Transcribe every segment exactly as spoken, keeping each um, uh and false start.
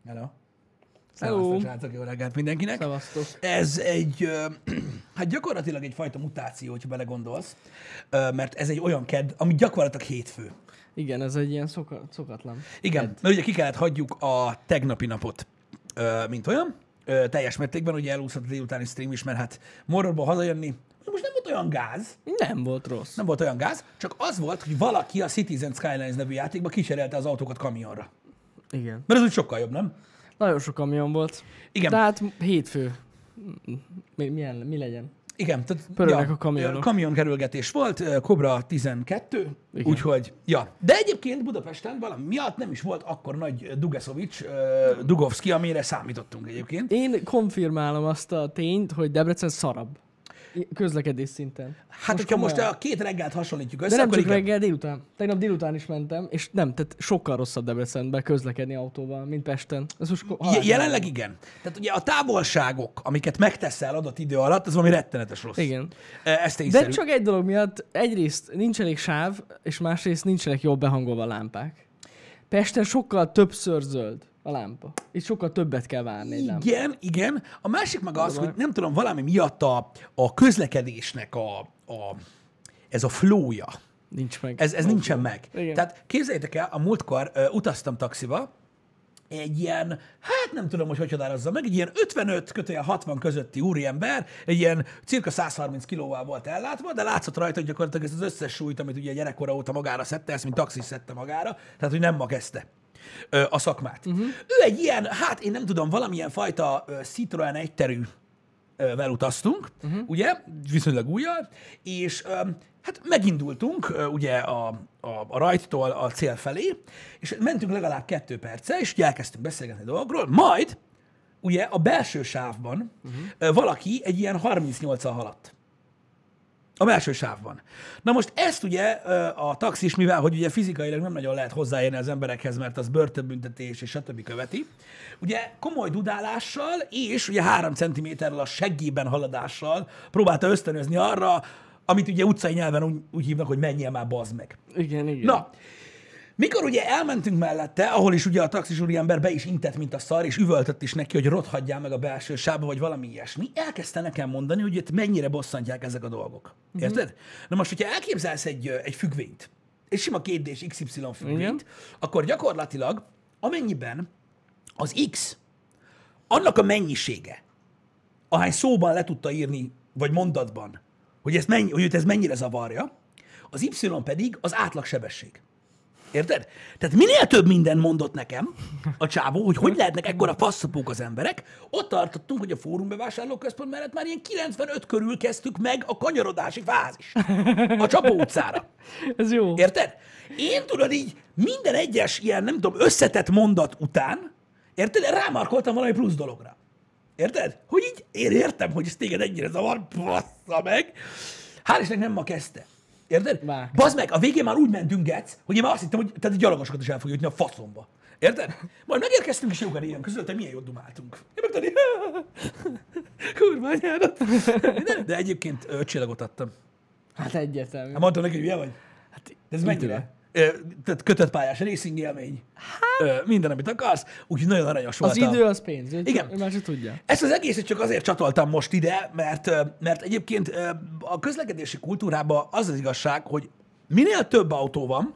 Hello. Hello. Szevasztok, srácok, jó reggelt mindenkinek. Szevasztok. Ez egy, ö, hát gyakorlatilag egyfajta mutáció, hogyha belegondolsz, ö, mert ez egy olyan kedd, ami gyakorlatilag hétfő. Igen, ez egy ilyen szoka, szokatlan. Igen, kedd. mert ugye ki kellett hagyjuk a tegnapi napot, ö, mint olyan, ö, teljes mértékben, ugye elúszott a délutáni stream is, mert hát Morrorból hazajönni, most nem volt olyan gáz, Nem volt rossz. nem volt olyan gáz, csak az volt, hogy valaki a Citizen Skylines nevű játékba kicserélte az autókat kamionra. Igen. Mert ez úgy sokkal jobb, nem? Nagyon sok kamion volt. Igen. Tehát hétfő. Mi, milyen, mi legyen? Igen, tehát Pörögnek a kamionok. kamionkerülgetés volt, ö, Cobra tizenkettő, Igen. úgyhogy, ja. De egyébként Budapesten valami miatt nem is volt akkor nagy Dugeszovics, ö, Dugovszki, amire számítottunk egyébként. Én konfirmálom azt a tényt, hogy Debrecen szarabb. Közlekedés szinten. Hát, hogyha most komolyan. a két reggelt hasonlítjuk össze, De nem akkor csak igen. reggel, délután. Tegnap délután is mentem, és nem, tehát sokkal rosszabb Debrecenben közlekedni autóval, mint Pesten. Ez most ko- Je- halál- Jelenleg igen. Tehát ugye a távolságok, amiket megteszel adott idő alatt, az valami rettenetes rossz. Igen. E, Ez De tényszerű. csak egy dolog miatt, egyrészt nincs elég sáv, és másrészt nincsenek jól behangolva a lámpák. Pesten sokkal többször zöld a lámpa. Itt sokkal többet kell várni egy lámpa. Igen, igen. A másik meg az, Baj. hogy nem tudom, valami miatt a, a közlekedésnek a, a, ez a flowja, Nincs meg. ez, ez nincsen meg. Igen. Tehát képzeljétek el, a múltkor uh, utaztam taxiba, egy ilyen, hát nem tudom, hogy hogy határozzam meg, egy ilyen ötvenöt kötőjel hatvan közötti úriember, egy ilyen cirka száz harminc kilóval volt ellátva, de látszott rajta, hogy gyakorlatilag ez az összes súlyt, amit ugye gyerekkora óta magára szedte, ezt mint taxis szedte magára, tehát hogy nem ma kezdte ö, a szakmát. Uh-huh. Ő egy ilyen, hát én nem tudom, valamilyen fajta ö, Citroen egyterű ö, vel utaztunk, uh-huh. ugye, viszonylag újjal, és ö, hát megindultunk ö, ugye a, a, a rajttól a cél felé, és mentünk legalább kettő perce, és ugye elkezdtünk beszélgetni dolgokról, majd ugye a belső sávban uh-huh. ö, valaki egy ilyen harmincnyolccal haladt. A belső sávban. Na most ezt ugye ö, a taxis, mivel hogy ugye fizikailag nem nagyon lehet hozzáérni az emberekhez, mert az börtönbüntetés és stb. Követi, ugye komoly dudálással és ugye három centiméterrel a seggében haladással próbálta ösztönözni arra, amit ugye utcai nyelven úgy, úgy hívnak, hogy menjél már, bazd meg. Igen, igen. Na, mikor ugye elmentünk mellette, ahol is ugye a taxis úriember be is intett, mint a szar, és üvöltött is neki, hogy rothadjál meg a belső sávba, vagy valami ilyesmi, elkezdte nekem mondani, hogy itt mennyire bosszantják ezek a dolgok. Érted? Na most, hogyha elképzelsz egy, ö, egy függvényt, egy sima két dés iksz ipszilon függvényt, Igen. akkor gyakorlatilag amennyiben az X annak a mennyisége, ahány szóban le tudta írni, vagy mondatban, hogy, ezt mennyi, hogy őt ez mennyire zavarja, az Y pedig az átlagsebesség. Érted? Tehát minél több minden mondott nekem a csávó, hogy hogy lehetnek ekkora faszapók az emberek, ott tartottunk, hogy a Fórum bevásárlóközpont mellett már ilyen kilencvenöt körül kezdtük meg a kanyarodási fázist. A Csapó utcára. Ez jó. Érted? Én tudod így minden egyes ilyen, nem tudom, összetett mondat után, érted? Rámarkoltam valami plusz dologra. Érted? Hogy így én értem, hogy ez téged ennyire zavar, bassza meg. Hál' Istennek nem ma kezdte. Érted? Vár. Bazd meg, a végén már úgy mentünk, Gec, hogy én már azt hittem, hogy tehát a gyalogosokat is el fogja jutni a faszomba. Érted? Majd megérkeztünk, és jókan ilyen között, hogy milyen jót dumáltunk. Én megtudni, kurva anyádat. De, de egyébként ötcsillagot adtam. Hát egyértelmű. Hát mondtam neki, hogy hülye vagy? Hát, De ez mennyire? Ö, Tehát kötött pályás racing élmény. Hát... Minden, amit akarsz. Úgyhogy nagyon aranyos volt. az a- idő az pénz. Ő Igen. Ő már se tudja. Ezt az egészet csak azért csatoltam most ide, mert, ö, mert egyébként ö, a közlekedési kultúrában az az igazság, hogy minél több autó van,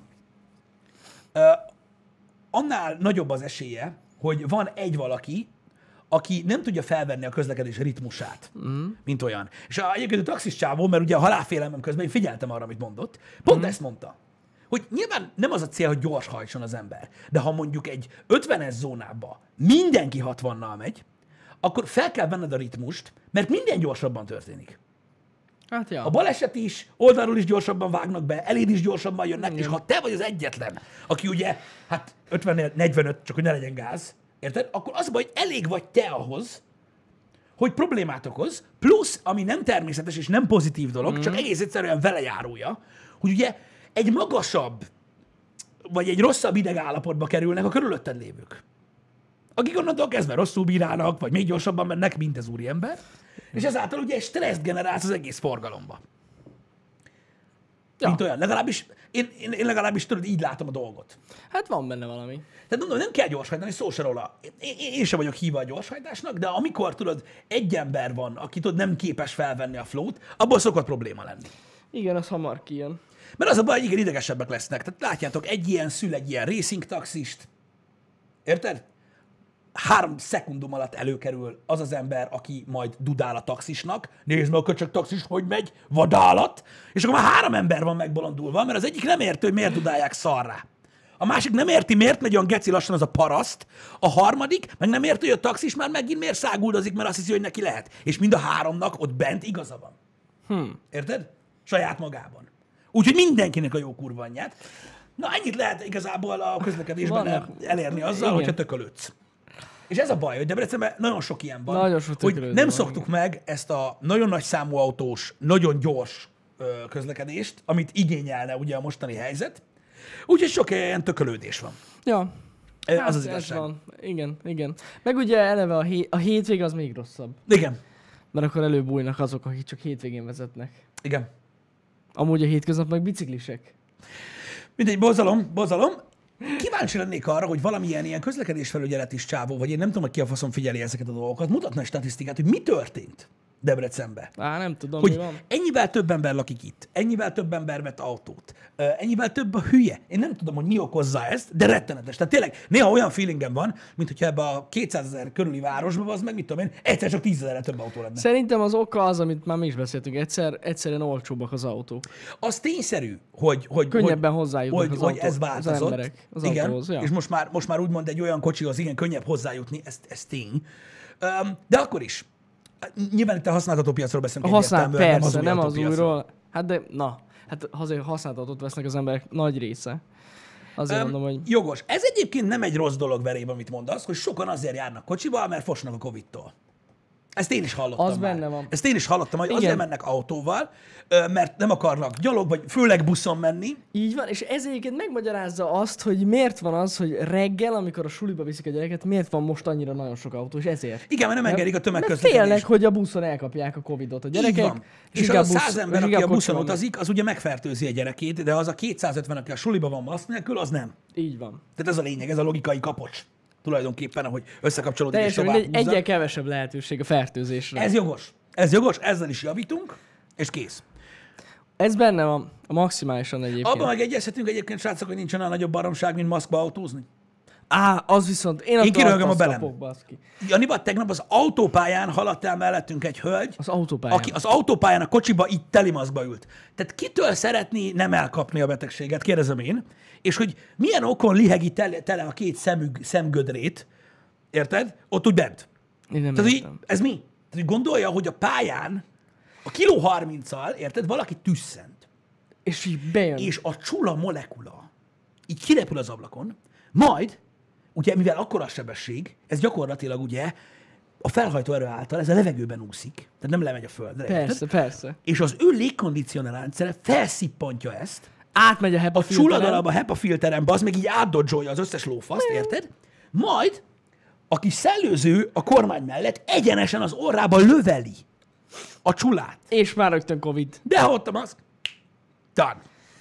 ö, annál nagyobb az esélye, hogy van egy valaki, aki nem tudja felvenni a közlekedés ritmusát, mm. mint olyan. És a, egyébként a taxis csávó, mert ugye a halálfélelmem közben én figyeltem arra, amit mondott, pont mm. ezt mondta. Hogy nyilván nem az a cél, hogy gyors hajtson az ember, de ha mondjuk egy ötvenes zónába mindenki hatvannal megy, akkor fel kell venned a ritmust, mert minden gyorsabban történik. Hát ja. A baleset is, oldalról is gyorsabban vágnak be, eléd is gyorsabban jönnek, és ha te vagy az egyetlen, aki ugye, hát ötven negyvenöt, csak hogy ne legyen gáz, érted? Akkor az a baj, hogy elég vagy te ahhoz, hogy problémát okoz, plusz, ami nem természetes és nem pozitív dolog, mm. csak egész egyszerűen velejárója, hogy ugye egy magasabb, vagy egy rosszabb idegállapotba kerülnek a körülötted lévők. Akik onnantól kezdve rosszul bírálnak, vagy még gyorsabban mennek, mint az úriember, és ezáltal ugye egy stresszt generálsz az egész forgalomba. Ja. Mint olyan. Legalábbis Én, én, én legalábbis tudod, így látom a dolgot. Hát van benne valami. Tehát mondom, nem kell gyorshajtani, szó se róla. Én, én, én sem vagyok híva a gyorshajtásnak, de amikor tudod, egy ember van, aki tudod, nem képes felvenni a flót, abból szokott probléma lenni. Igen, az hamar kijön. Mert az a baj, hogy igen, idegesebbek lesznek. Tehát látjátok, egy ilyen szül egy ilyen racing taxist, érted? Három szekundum alatt előkerül az az ember, aki majd dudál a taxisnak. Nézd meg a köcsög taxis, hogy megy, vadállat. És akkor már három ember van megbolondulva, mert az egyik nem érti, hogy miért dudálják szarrá. A másik nem érti, miért megy olyan geci lassan az a paraszt. A harmadik meg nem érti, hogy a taxis már megint miért száguldozik, mert azt hiszi, hogy neki lehet. És mind a háromnak ott bent igaza van. Hm. Érted? Saját magában. Úgyhogy mindenkinek a jó kurva anyját. Na, ennyit lehet igazából a közlekedésben Vannak- elérni azzal, Igen. hogyha tökölődsz. És ez a baj, hogy Debrecenben nagyon sok ilyen van, Nagyon sok hogy tökölődő nem van, szoktuk meg ezt a nagyon nagy számú autós, nagyon gyors ö, közlekedést, amit igényelne ugye a mostani helyzet. Úgyhogy sok ilyen tökölődés van. Ja. Ö, Hát az az ez igazság. van. Igen, igen. Meg ugye eleve a, hé- a hétvég az még rosszabb. Igen, Mert akkor előbújnak azok, akik csak hétvégén vezetnek. igen. Amúgy a hétköznap meg biciklisek. Mindegy, bozalom, bozalom. Kíváncsi lennék arra, hogy valamilyen ilyen közlekedésfelügyeleti csávó, vagy én nem tudom, hogy ki a faszom figyeli ezeket a dolgokat, mutatna egy statisztikát, hogy mi történt Debrecenbe. Á, nem tudom, mi Hogy van. ennyivel több ember lakik itt, ennyivel több ember vett autót, ö, ennyivel több a hülye. Én nem tudom, hogy mi okozza ezt, de rettenetes. Tehát tényleg néha olyan feelingem van, mint hogyha ebbe a kétszázezer körüli városba, az meg mit tudom én, egyszer csak tízezerre több autó lenne. Szerintem az oka az, amit már mi is beszéltünk, egyszer, egyszerűen olcsóbbak az autók. Az tényszerű, hogy, hogy, Könnyebben hogy, hozzájutnak hogy, az, hogy autó, ez az változott. emberek az igen, autóhoz. Ja. és most már, most már úgymond egy olyan kocsihoz igen könnyebb hozzájutni, ez, ez tény. Um, de akkor is. Nyilván itt a használható piacról A beszélünk használt, egyértelműen, persze, új nem az autópiacról. újról. Hát de, na, hát azért használt autót vesznek az emberek nagy része. Azért Öm, mondom, hogy Jogos. Ez egyébként nem egy rossz dolog verébe, amit mondasz, hogy sokan azért járnak kocsival, mert fosnak a Covid-tól. Ezt én is hallottam Az már. benne van. Ezt én is hallottam, hogy Igen. azért mennek autóval, ö, mert nem akarnak gyalog, vagy főleg buszon menni. így van, és ez egyébként megmagyarázza azt, hogy miért van az, hogy reggel, amikor a suliba viszik a gyereket, miért van most annyira nagyon sok autó, és ezért. Igen, mert nem engedik a Mert tömegközlekedést. félnek, hogy a buszon elkapják a Covidot a Így gyerekek. van. És, és inkább az a száz ember, és aki a inkább buszon kocsival megy. utazik, az ugye megfertőzi a gyerekét, de az a kétszázötven, aki a suliba van maszk nélkül, az nem. Így van. Tehát ez a lényeg, ez a logikai kapocs. Tulajdonképpen, ahogy összekapcsolódik és Teljesen tovább mindegy, húzza. egyre kevesebb lehetőség a fertőzésre. Ez jogos. Ez jogos, ezzel is javítunk, és kész. Ez benne van, a maximálisan egyébként. Abban megegyezhetünk egyébként, srácok, hogy nincs annál nagyobb baromság, mint maszkba autózni. Á, az viszont, én attól kiröhögöm a azt belem. kapok, baszki. Janival tegnap az autópályán haladt el mellettünk egy hölgy, Az autópályán. aki az autópályán a kocsiba itt teli maszkba ült. Tehát kitől szeretné nem elkapni a betegséget, kérdezem én, és hogy milyen okon lihegi tele, tele a két szemüg, szemgödrét, érted? Ott úgy bent. Én nem Tehát így, értem. ez mi? Tehát hogy gondolja, hogy a pályán a kiló harminccal, érted, valaki tüsszent, És így bejön. és a csula molekula így kirepül az ablakon, majd, ugye mivel akkora a sebesség, ez gyakorlatilag ugye a felhajtó erő által, ez a levegőben úszik, tehát nem lemegy a földre. Persze, érted? persze. És az ő légkondicionál rendszere felszippantja ezt, Átmegy a HEPA a filteren. csuladarab a HEPA filteren, az meg így átdodzsolja az összes lófaszt, érted? Majd a kis szellőző a kormány mellett egyenesen az orrába löveli a csulát. És már rögtön Covid. De ha ott a maszk, done.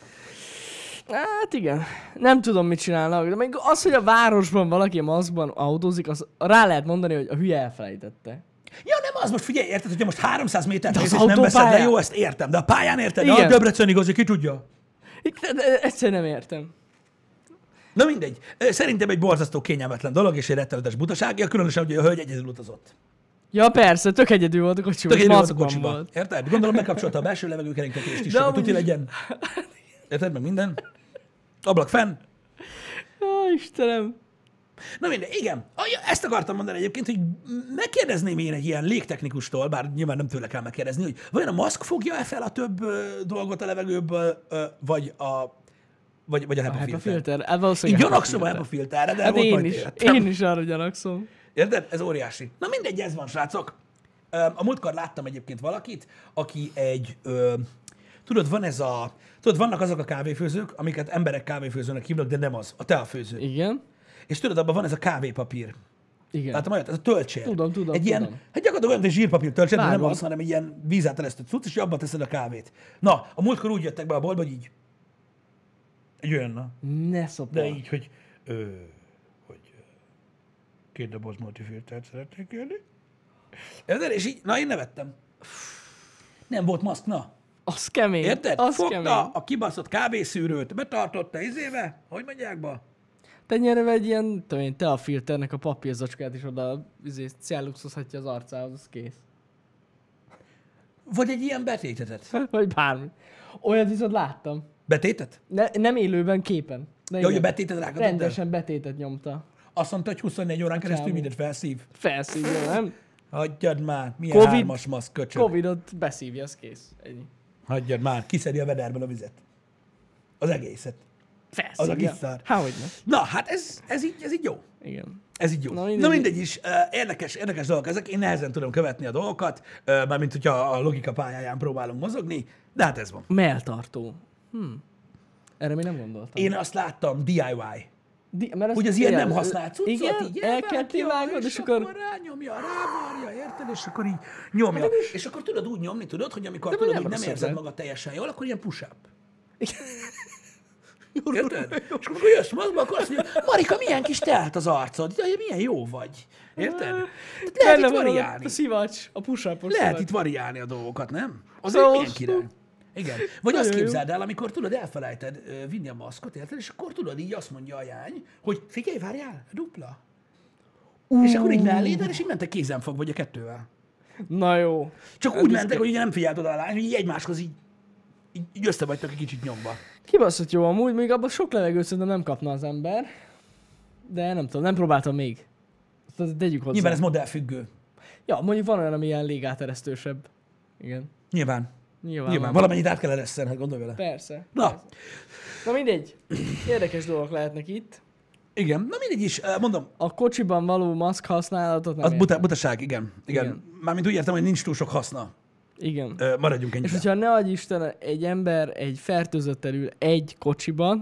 Hát igen. Nem tudom, mit csinálnak, de még az, hogy a városban valaki maszkban autózik, az rá lehet mondani, hogy a hülye elfelejtette. Ja, nem az, most figyelj, érted, hogyha most háromszáz métert De mész, az és nem veszed le, autópályán- jó, ezt értem, de a pályán érted, de Igen. a Debrecen igazi, ki tudja. De, de, egyszer nem értem. Na mindegy, szerintem egy borzasztó kényelmetlen dolog, és egy rettenetes butaság, ja, különösen, hogy a hölgy egyedül utazott. Ja persze, tök egyedül volt a kocsiban, Tök egyedül volt a maszkban kocsiba, volt. érted? Gondolom megkapcsolta a belső levegőkeringtetést is, De hogy amúgy tuti is- legyen. Érted, meg minden. Ablak fenn. Ó, Istenem. Na mindegy, igen. Ah, ja, ezt akartam mondani egyébként, hogy megkérdezném én egy ilyen légtechnikustól, bár nyilván nem tőle kell megkérdezni, hogy vajon a maszk fogja-e fel a több ö, dolgot a levegőből, ö, vagy a, vagy, vagy a A HEPA HEPA filter. filter. Hát Én valószínűleg gyanakszom a HEPA HEPA filterre, de Hát volt én majd is, tévedtem. én is arra gyanakszom. Érted? Ez óriási. Na mindegy, ez van, srácok. Öm, A múltkor láttam egyébként valakit, aki egy, ö, tudod, van ez a, tudod, vannak azok a kávéfőzők, amiket emberek kávéfőzőnek hívnak, de nem az, a teafőző. Igen. És tudod, abban van ez a kávépapír. Igen. Látom olyat? Ez a töltsér. Tudom, tudom, Egy ilyen, tudom. hát gyakorlatilag olyan, mint egy zsírpapír töltsér, de nem Vágom. az, hanem egy ilyen vízátelesztő cucc, és abba teszed a kávét. Na, a múltkor úgy jöttek be a boltba, hogy így. Egy olyannal. Ne szopar. De így, hogy, ö, hogy ö, két doboz multifiltert szeretnék kérni. Érted? És így, na én nevettem. Nem volt maszk, na. Az kemény. Érted? Az Fogta kemény. a kibaszott kávészűrőt, betartotta izébe, hogy mondják ba? Te nyerve egy ilyen, tudom én, te a filternek a papírzacskát is oda izé, celluxozhatja az arcához, az kész. Vagy egy ilyen betétetet. Vagy bármi. Olyat viszont láttam. Betétet? Ne, nem élőben, képen. De Ja, hogy a igen. betétet rákatod el? Rendesen betétet nyomta. Azt mondta, hogy huszonnégy órán keresztül Csávó. mindent felszív. Felszívja, nem? Hagyjad már, milyen Covid- hármas maszk köcsög. Covidot beszívja, az kész. Ennyi. Hagyjad már, kiszedi a vederből a vizet. Az egészet. Felszívja. Az a kiszár. Hogyne. Na, hát ez, ez, így, ez így jó. Igen. Ez így jó. Na, Na mindegy. mindegy, Na, mindegy is, uh, érdekes, érdekes dolgok ezek. Én nehezen tudom követni a dolgokat, uh, mármint hogyha a logika pályáján próbálunk mozogni, de hát ez van. Melltartó. Hm. Erre még nem gondoltam. Én azt láttam, dé i vé. Di- mert Hogy az ilyen nem használt cuccot, igen, így el kell elvágja, kivágod, és akkor... rányomja, rávarja, érted? És akkor így nyomja. És akkor tudod úgy nyomni, tudod, hogy amikor De tudod, nem hogy nem rossz érzed ötlet. magad teljesen jól, akkor ilyen push-up. Érted? És akkor jössz magba, akkor azt mondja, Marika, milyen kis telt az arcod, de milyen jó vagy. Érted? Tehát lehet Benne itt van variálni. A szivacs, a push-upos Lehet szivacs. itt variálni a dolgokat, nem? Az Szóval egy milyen király. Igen. Vagy azt Nagyon jó. képzeld el, amikor tudod, elfelejted ö, vinni a maszkot, érted? És akkor tudod, így azt mondja a jány, hogy figyelj, várjál, dupla. Uh. És akkor így melléd el, és így mentek kézenfogva, vagy a kettővel. Na jó. Csak Hát úgy ez mentek, ke- hogy ugye nem figyelt oda a lány, hogy így egymáshoz így, így, így össze vagytok egy kicsit nyomva. Kibaszott jó amúgy, még abban sok levegőt szerintem nem kapna az ember. De nem tudom, nem próbáltam még. Azt tegyük hozzá. Nyilván ez modellfüggő. Ja, mondjuk van olyan, ami ilyen légáteresztősebb. Igen. Nyilván. Nyilván. Nyilván. van. Valamennyit át kell eresszen, hát gondolj vele. Persze. Na. Persze. Na mindegy. Érdekes dolgok lehetnek itt. Igen. Na mindegy is, ö, mondom, A kocsiban való maszk használatot nem az értem. buta, butaság, igen. igen. Igen. Mármint úgy értem, hogy nincs túl sok haszna. Igen. Ö, maradjunk És ennyire. hogyha ne adj Isten, egy ember egy fertőzöttel ül egy kocsiban,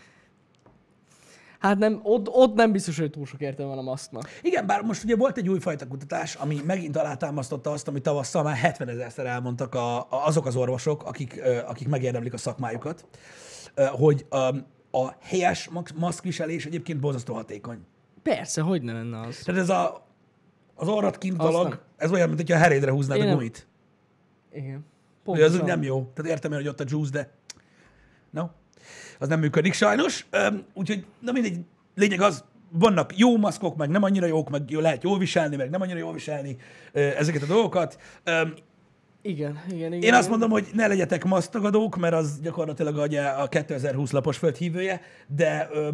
hát nem, ott, ott nem biztos, hogy túl sok értelme van a maszknak. Igen, bár most ugye volt egy újfajta kutatás, ami megint alátámasztotta azt, amit tavasszal már hetvenezerszer elmondtak a, a, azok az orvosok, akik, ö, akik megérdemlik a szakmájukat, ö, hogy ö, a helyes maszk- maszkviselés egyébként borzasztó hatékony. Persze, hogy ne lenne az? Tehát ez a, az orrat kint Azt dolog, nem. ez olyan, mint hogyha a herédre húznád Én a nem- gumit. Igen. Ugye az úgy Pontosan. nem jó. Tehát értem én, hogy ott a juice, de no, az nem működik sajnos. Öm, úgyhogy, na mindegy, lényeg az, vannak jó maszkok, meg nem annyira jók, meg jó, lehet jól viselni, meg nem annyira jól viselni ö, ezeket a dolgokat. Öm, Igen, igen, igen. én azt mondom, hogy ne legyetek maszktagadók, mert az gyakorlatilag ugye a kétezer-húsz lapos földhívője, de, ö,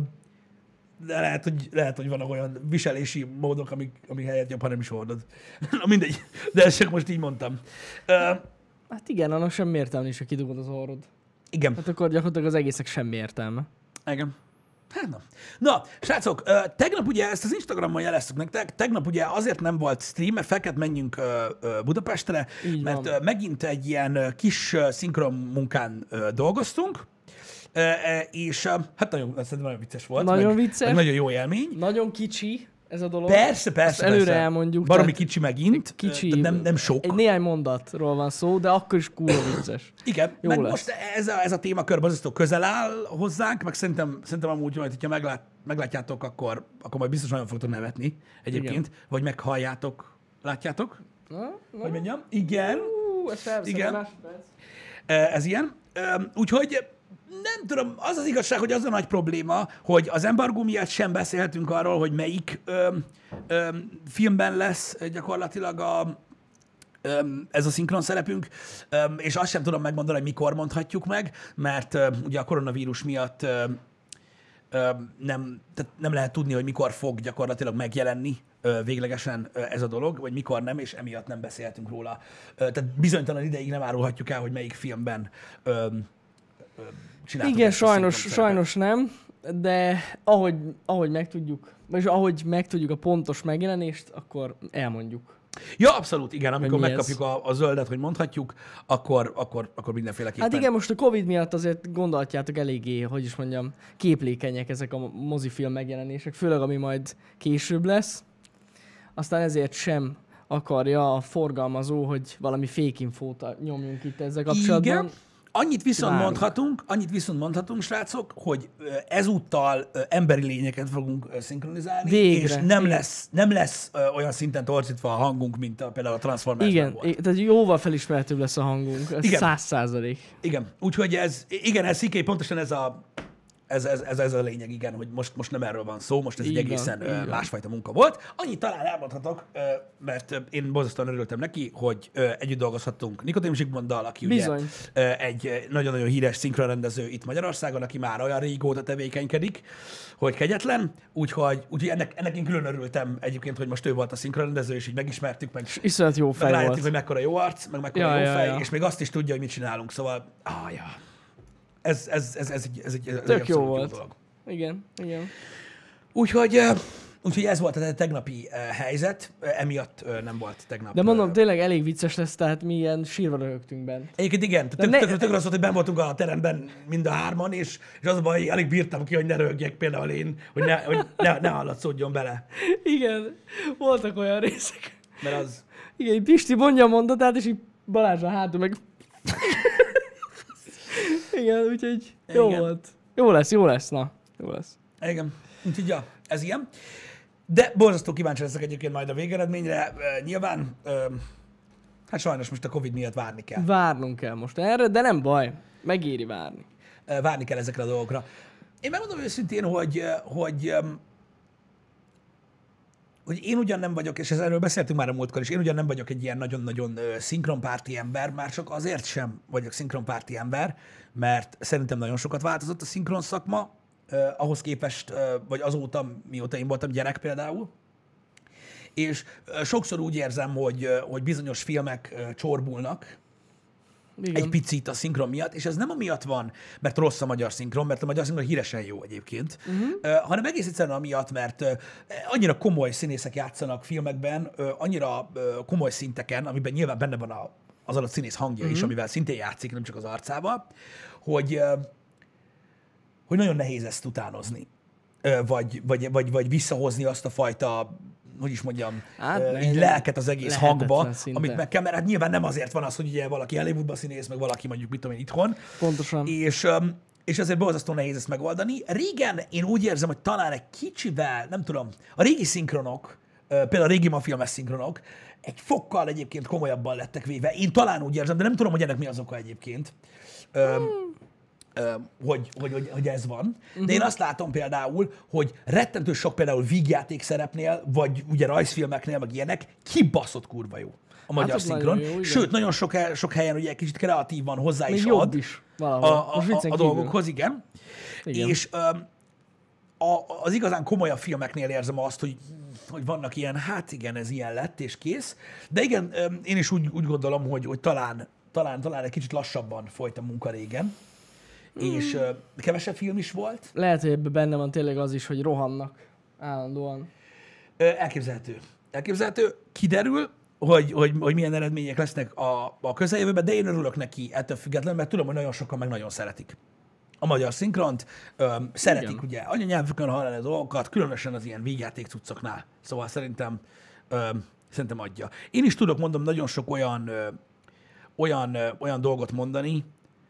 de lehet, hogy, lehet, hogy vannak olyan viselési módok, amik, amik helyett jobb, ha nem is hordod. Na mindegy, de ezt csak most így mondtam. Ö, Hát igen, annak semmi értelme is, ha kidugod az orrod. igen. Hát akkor gyakorlatilag az egésznek semmi értelme. Igen. Hát na. Na, srácok, ö, tegnap ugye ezt az Instagramon jeleztük nektek, tegnap ugye azért nem volt stream, mert fel kellett menjünk ö, ö, Budapestre, Így mert van. ö, megint egy ilyen ö, kis ö, szinkron munkán ö, dolgoztunk, ö, ö, és ö, hát nagyon, szerintem nagyon vicces volt. Nagyon meg, vicces. Meg nagyon jó élmény. Nagyon kicsi ez a dolog. Persze, persze, előre persze. elmondjuk, Baromi tehát kicsi megint, kicsi, kicsi, nem, nem sok. Egy néhány mondatról van szó, de akkor is kurva vicces. Igen, Jó meg lesz. most ez a, ez a témakör borzasztó közel áll hozzánk, meg szerintem, szerintem amúgy majd, hogyha meglát, meglátjátok, akkor, akkor majd biztos nagyon fogtok nevetni egyébként, Igen. vagy meghalljátok. Látjátok? Na, na. Hogy mondjam? Igen, Ú, ezt felveszem Igen. egy másodperc. ez ilyen. Öm, Úgyhogy nem tudom, az az igazság, hogy az a nagy probléma, hogy az embargó miatt sem beszélhetünk arról, hogy melyik öm, öm, filmben lesz gyakorlatilag a, öm, ez a szinkron szerepünk, öm, és azt sem tudom megmondani, hogy mikor mondhatjuk meg, mert öm, ugye a koronavírus miatt öm, öm, nem, tehát nem lehet tudni, hogy mikor fog gyakorlatilag megjelenni ö, véglegesen ö, ez a dolog, vagy mikor nem, és emiatt nem beszélhetünk róla. Ö, Tehát bizonytalan ideig nem árulhatjuk el, hogy melyik filmben öm, öm, csináltuk Igen, ezt a sajnos, szinkron szerepet. sajnos nem, de ahogy, ahogy megtudjuk, vagyis ahogy megtudjuk a pontos megjelenést, akkor elmondjuk. Ja, abszolút, igen, amikor mi ez? megkapjuk a, a zöldet, hogy mondhatjuk, akkor, akkor, akkor mindenféleképpen. Hát igen, most a Covid miatt azért gondolhatjátok eléggé, hogy is mondjam, képlékenyek ezek a mozifilm megjelenések, főleg ami majd később lesz. Aztán ezért sem akarja a forgalmazó, hogy valami fake infót nyomjunk itt ezzel kapcsolatban. Igen. Annyit viszont Várunk. mondhatunk, annyit viszont mondhatunk, srácok, hogy ö, ezúttal ö, emberi lényeket fogunk ö, szinkronizálni, Végre, és nem igen. lesz, nem lesz ö, olyan szinten torzítva a hangunk, mint a, például a Transformersben Igen, volt. i- tehát jóval felismerhetőbb lesz a hangunk. Ez Igen. száz százalék. Igen, úgyhogy ez, igen, ez sziké, pontosan ez a, ez, ez, ez, ez a lényeg, igen, hogy most, most nem erről van szó, most ez Így egy van, egészen így ö, van. másfajta munka volt. Annyit talán elmondhatok, ö, mert ö, én borzasztóan örültem neki, hogy ö, együtt dolgozhattunk Nikodim Zsigmonddal, aki Bizony. ugye ö, egy ö, nagyon-nagyon híres szinkronrendező itt Magyarországon, aki már olyan régóta tevékenykedik, hogy kegyetlen, úgyhogy, úgyhogy ennek, ennek én külön örültem egyébként, hogy most ő volt a szinkronrendező, és így megismertük, meg Iszonyat jó meg fej rájöttünk, volt. hogy mekkora jó arc, meg mekkora Ja, jó ja, fej, ja. és még azt is tudja, hogy mit csinálunk, szóval, ah, ja. Ez, ez, ez, ez, egy, ez, egy, ez egy Tök jó abszolút volt. dolog. Igen, igen. Úgyhogy, eh, úgyhogy ez volt a tegnapi eh, helyzet, eh, emiatt eh, nem volt tegnap. De mondom, eh, tényleg elég vicces lesz, tehát mi ilyen sírva röhögtünk bent. Egyébként igen, tök, ne- tök, tök az volt, hogy benn voltunk a teremben mind a hárman, és, és az a baj, hogy alig bírtam ki, hogy ne röhögjek például én, hogy ne, hogy ne, ne hallatszódjon bele. Igen, voltak olyan részek. Mert az... Igen, így Pisti mondja a mondatát, és így Balázs a hátul meg... Igen, úgyhogy jó Igen. volt. Jó lesz, jó lesz, na. Jó lesz. Igen. Úgyhogy ja, ez ilyen. De borzasztó kíváncsi leszek egyébként majd a végeredményre. Uh, nyilván, uh, hát sajnos most a Covid miatt várni kell. Várnunk kell most erre, de nem baj. Megéri várni. Uh, várni kell ezekre a dolgokra. Én megmondom őszintén, hogy, uh, hogy, um, hogy én ugyan nem vagyok, és erről beszéltünk már a múltkor is, én ugyan nem vagyok egy ilyen nagyon-nagyon uh, szinkronpárti ember, már csak azért sem vagyok szinkronpárti ember, mert szerintem nagyon sokat változott a szinkron szakma, uh, ahhoz képest, uh, vagy azóta, mióta én voltam gyerek például. És uh, sokszor úgy érzem, hogy, uh, hogy bizonyos filmek uh, csorbulnak, Igen. egy picit a szinkron miatt, és ez nem amiatt van, mert rossz a magyar szinkron, mert a magyar szinkron híresen jó egyébként, uh-huh. uh, hanem egész egyszerűen amiatt, mert uh, annyira komoly színészek játszanak filmekben, uh, annyira uh, komoly szinteken, amiben nyilván benne van a, az adott színész hangja uh-huh. is, amivel szintén játszik, nem csak az arcával, hogy, uh, hogy nagyon nehéz ezt utánozni, uh, vagy, vagy, vagy, vagy visszahozni azt a fajta, hogy is mondjam, Hát, hát, ne- így lelket az egész lehetetlen hangba, szinte. amit meg kell, mert hát nyilván nem azért van az, hogy ugye valaki Hollywoodban színész, meg valaki mondjuk, mit tudom én, itthon, Pontosan. és, öm, és ezért borzasztó nehéz ezt megoldani. Régen én úgy érzem, hogy talán egy kicsivel, nem tudom, a régi szinkronok, ö, például a régi mafilmes szinkronok, egy fokkal egyébként komolyabban lettek véve. Én talán úgy érzem, de nem tudom, hogy ennek mi az oka egyébként. Öm, Ö, hogy, hogy, hogy, hogy ez van. Uh-huh. De én azt látom például, hogy rettentő sok például vígjáték szerepnél, vagy ugye rajzfilmeknél, meg ilyenek, kibaszott kurva jó a magyar az szinkron. nagyon jó, igen. Sőt, nagyon sok, sok helyen ugye kicsit kreatívan hozzá Még is jobb ad is valahol. a, a, Most a, viccen a kívül. dolgokhoz, igen. Igen. És öm, a, az igazán komolyabb filmeknél érzem azt, hogy, hogy vannak ilyen, hát igen, ez ilyen lett, és kész. De igen, öm, én is úgy, úgy gondolom, hogy, hogy talán, talán, talán egy kicsit lassabban folyt a munka régen. És uh, kevesebb film is volt. Lehet, hogy ebben benne van tényleg az is, hogy rohannak állandóan. Uh, elképzelhető. Elképzelhető. Kiderül, hogy, hogy, hogy milyen eredmények lesznek a, a közeljövőben, de én örülök neki ettől függetlenül, mert tudom, hogy nagyon sokan meg nagyon szeretik a magyar szinkront. Um, szeretik Igen. ugye anyanyelvükön hallani a dolgokat, különösen az ilyen vígjáték cuccoknál. Szóval szerintem, um, szerintem adja. Én is tudok, mondom, nagyon sok olyan, ö, olyan, ö, olyan dolgot mondani,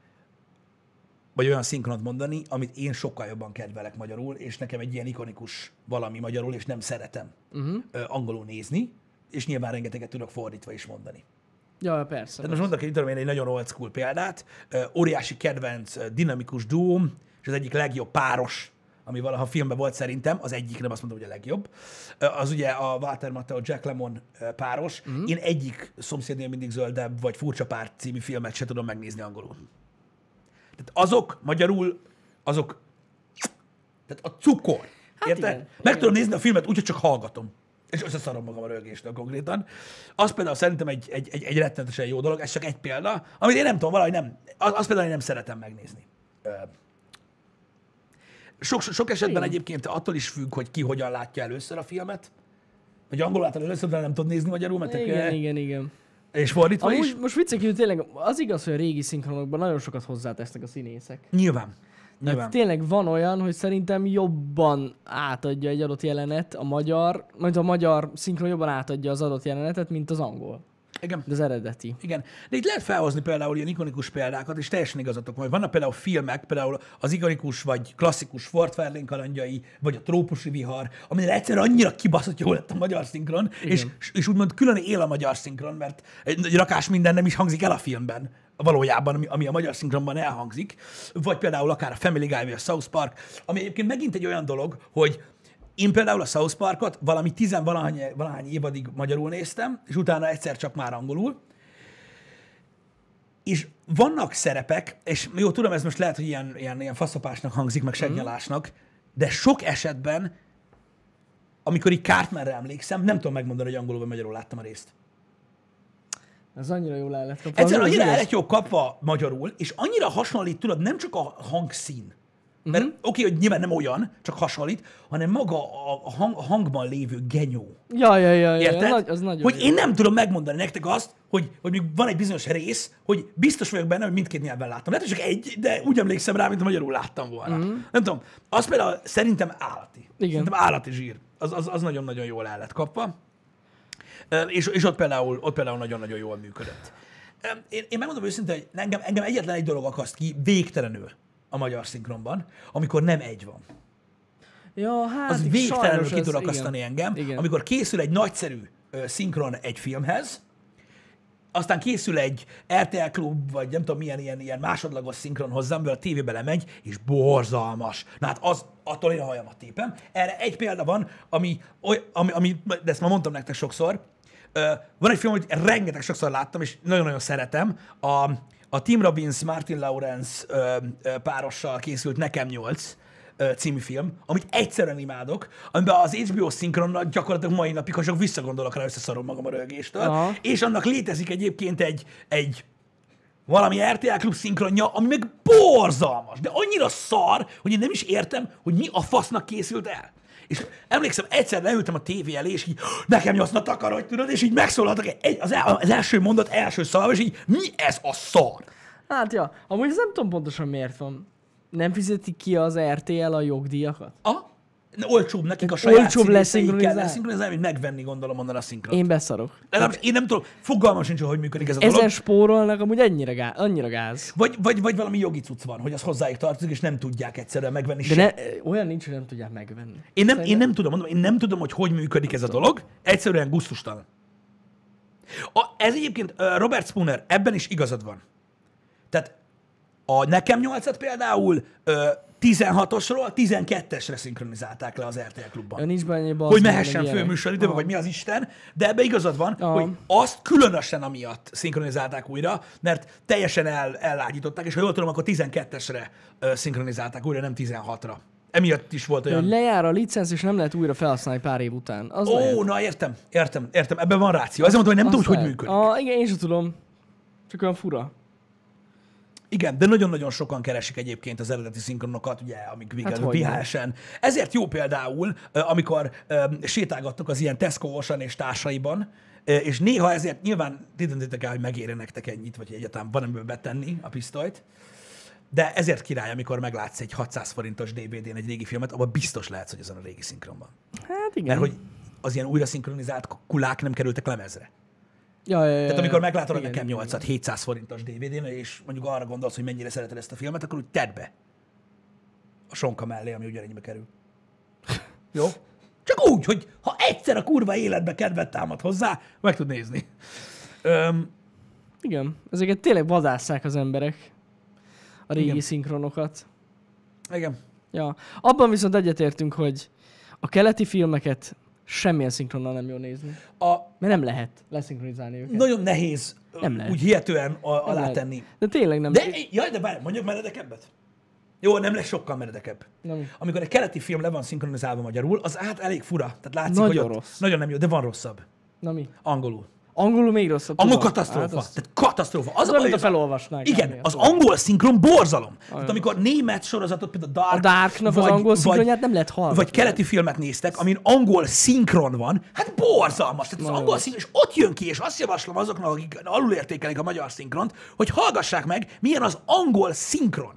vagy olyan szinkront mondani, amit én sokkal jobban kedvelek magyarul, és nekem egy ilyen ikonikus valami magyarul, és nem szeretem uh-huh. ö, angolul nézni, és nyilván rengeteget tudok fordítva is mondani. Ja, persze. Tehát most mondok egy, tudom én, egy nagyon old school példát, ö, óriási kedvenc, ö, dinamikus duóm, és az egyik legjobb páros, ami valaha filmben volt szerintem, az egyik, nem azt mondom, hogy a legjobb, ö, az ugye a Walter Matthau, Jack Lemmon ö, páros. Uh-huh. Én egyik Szomszédnél mindig zöldebb, vagy Furcsa párt című filmet se tudom megnézni angolul. Tehát azok magyarul, azok, tehát a cukor, Hát érted? igen, Meg igen. tudom nézni a filmet, úgyhogy csak hallgatom. És összeszarom magam a rögéstől konkrétan. Az például szerintem egy, egy, egy, egy rettenetesen jó dolog, ez csak egy példa, amit én nem tudom, valahogy nem, az, az például én nem szeretem megnézni. Ö, Sok, sok esetben Igen. egyébként attól is függ, hogy ki hogyan látja először a filmet. Vagy angolul látod először, de nem tud nézni magyarul, mert Igen, tök, igen, igen. és fordítva Amúgy is. most viccek kívül tényleg az igaz, hogy a régi szinkronokban nagyon sokat hozzátesznek a színészek. Nyilván. Nyilván. Tehát tényleg van olyan, hogy szerintem jobban átadja egy adott jelenet a magyar, majd a magyar szinkron jobban átadja az adott jelenetet, mint az angol. Igen. De az eredeti. Igen. De itt lehet felhozni például ilyen ikonikus példákat, és teljesen igazatok van. Vannak például filmek, például az ikonikus vagy klasszikus Ford Fairlane kalandjai, vagy a Trópusi vihar, amire egyszerűen annyira kibaszott jól lett a magyar szinkron, és, és úgymond külön él a magyar szinkron, mert egy rakás minden nem is hangzik el a filmben, valójában, ami, ami a magyar szinkronban elhangzik. Vagy például akár a Family Guy vagy a South Park, ami egyébként megint egy olyan dolog, hogy én például a South Parkot valami tizenvalahány valahány évadig magyarul néztem, és utána egyszer csak már angolul. És vannak szerepek, és jó, tudom, ez most lehet, hogy ilyen, ilyen, ilyen faszopásnak hangzik, meg segnyalásnak, de sok esetben, amikor így Cartmanre emlékszem, nem tudom megmondani, hogy angolul vagy magyarul láttam a részt. Ez annyira jól el lett kapva. Egyszerűen annyira el lett jó kapva magyarul, és annyira hasonlít, tudod, nem csak a hangszín, mert uh-huh. oké, okay, hogy nyilván nem olyan, csak hasonlít, hanem maga a, hang, a hangban lévő genyó. Ja, ja, ja, ja. Érted? Nagy, az nagyon hogy jó. én nem tudom megmondani nektek azt, hogy, hogy még van egy bizonyos rész, hogy biztos vagyok benne, hogy mindkét nyelven láttam. Lehet, hogy csak egy, de úgy emlékszem rá, mint a magyarul láttam volna. Uh-huh. Nem tudom. Az például szerintem állati. Igen. Szerintem állati zsír. Az, az, az nagyon-nagyon jól el lett kapva. És, és ott, például, ott például nagyon-nagyon jól működött. Én, én megmondom őszintén, hogy engem, engem egyetlen egy dolog akaszt ki végtelenül a magyar szinkronban, amikor nem egy van. Ja, hát Az végtelenül ki tud ez, akasztani igen. engem, Igen. amikor készül egy nagyszerű uh, szinkron egy filmhez, aztán készül egy er té el Klub, vagy nem tudom milyen ilyen, ilyen másodlagos szinkron hozzá, amivel a tévébe lemegy, és borzalmas. Na hát az, attól én a hajamat tépem. Erre egy példa van, ami, oly, ami, ami de ezt már mondtam nektek sokszor, uh, van egy film, hogy rengeteg sokszor láttam, és nagyon-nagyon szeretem, a, a Tim Robbins, Martin Lawrence uh, uh, párossal készült Nekem nyolc című film, amit egyszerűen imádok, amiben az há bé o szinkronnal gyakorlatilag mai napig, ha csak visszagondolok rá, összeszarom magam a röhögéstől, Aha. és annak létezik egyébként egy, egy valami er té el Klub szinkronja, ami meg borzalmas, de annyira szar, hogy én nem is értem, hogy mi a fasznak készült el. És emlékszem, egyszer leültem a tévé elé, és így nekem nyolcna takarodj, tudod, és így megszólaltak egy, az, el, az első mondat első szava, és így mi ez a szar? Hát ja, amúgy ezt nem tudom pontosan miért van. Nem fizetik ki az er té el a jogdíjakat? A? Olcsóbb nekik a saját Olcsóbb színészeinkkel leszinkronizálni? leszinkronizálni, mint megvenni, gondolom, onnan a szinkront. Én beszarok. De én nem tudom, fogalmam sincs, hogy működik ez a Ezen dolog. spórolnak amúgy ennyire gáz, annyira gáz. Vagy, vagy, vagy valami jogi cucc van, hogy az hozzájuk tartozik, és nem tudják egyszerűen megvenni De se. ne, olyan nincs, hogy nem tudják megvenni. Én nem, én nem tudom, mondom, én nem tudom, hogy hogy működik ez a dolog. Egyszerűen gusztustalan. A, ez egyébként uh, Robert Spooner, ebben is igazad van. Tehát a Nekem nyolcat például uh, tizenhatosról tizenkettesre szinkronizálták le az er té el Klubban. Ja, nincs benne Hogy mehessen főműsoridőbe, vagy mi az Isten, de ebbe igazad van, Aha. hogy azt különösen amiatt szinkronizálták újra, mert teljesen el, ellágyították, és ha jól tudom, akkor tizenkettesre uh, szinkronizálták újra, nem tizenhatra. Emiatt is volt olyan... Hogy lejár a licenc, és nem lehet újra felhasználni pár év után. Az Ó, lehet. na értem, értem, értem, ebben van ráció. Ezért mondtam, hogy nem tudom, hogy hogy lehet. működik. Ah, igen, én sem tudom. Csak olyan fura. Igen, de nagyon-nagyon sokan keresik egyébként az eredeti szinkronokat, ugye, amik Hát hát hogy vé há es-en. Ezért jó például, amikor um, sétálgattok az ilyen Tesco Ocean és társaiban, uh, és néha ezért nyilván ti döntitek el, hogy megéri nektek ennyit, vagy egyáltalán van ebből betenni a pisztolyt, de ezért király, amikor meglátsz egy hatszáz forintos dé vé dén egy régi filmet, abban biztos lehetsz, hogy azon a régi szinkron van. Hát igen. Mert hogy az ilyen újra szinkronizált kulák nem kerültek lemezre. Ja, ja, ja, Tehát ja. amikor meglátod a Igen, Nekem igen, nyolcat hétszáz forintos dé vé dén, és mondjuk arra gondolsz, hogy mennyire szereted ezt a filmet, akkor úgy tedd be a sonka mellé, ami ugyanennyibe kerül. Jó? Csak úgy, hogy ha egyszer a kurva életbe kedvet támad hozzá, meg tud nézni. Öm, Igen, ezeket tényleg vadásszák az emberek. A régi Igen. szinkronokat. igen. Ja. Abban viszont egyetértünk, hogy a keleti filmeket semmilyen szinkronnal nem jó nézni. A, Mert nem lehet leszinkronizálni őket. nagyon nehéz Nem lehet. úgy hihetően a, Nem alátenni. lehet. De tényleg nem. De, jaj, de várj, mondjuk meredekebbet? Jó, nem lesz sokkal meredekebb. Nem. Amikor egy keleti film le van szinkronizálva magyarul, az hát elég fura. Tehát látszik, Nagyon hogy ott rossz. nagyon nem jó, de van rosszabb. Na mi? Angolul. Angolul még rosszabb. Angol tudom. katasztrófa. Hát az- Tehát katasztrófa. Az Az a olyan, baj, mint a hogy az- felolvasnál. Igen, kb. az angol szinkron borzalom. Tehát amikor német sorozatot, például a Dark, A Darknak az angol szinkronját nem lehet hallgatni. Vagy keleti filmet néztek, amin angol szinkron van, hát borzalmas. Tehát az Nagyon angol rossz. szinkron, és ott jön ki, és azt javaslom azoknak, akik alulértékelik a magyar szinkront, hogy hallgassák meg, milyen az angol szinkron.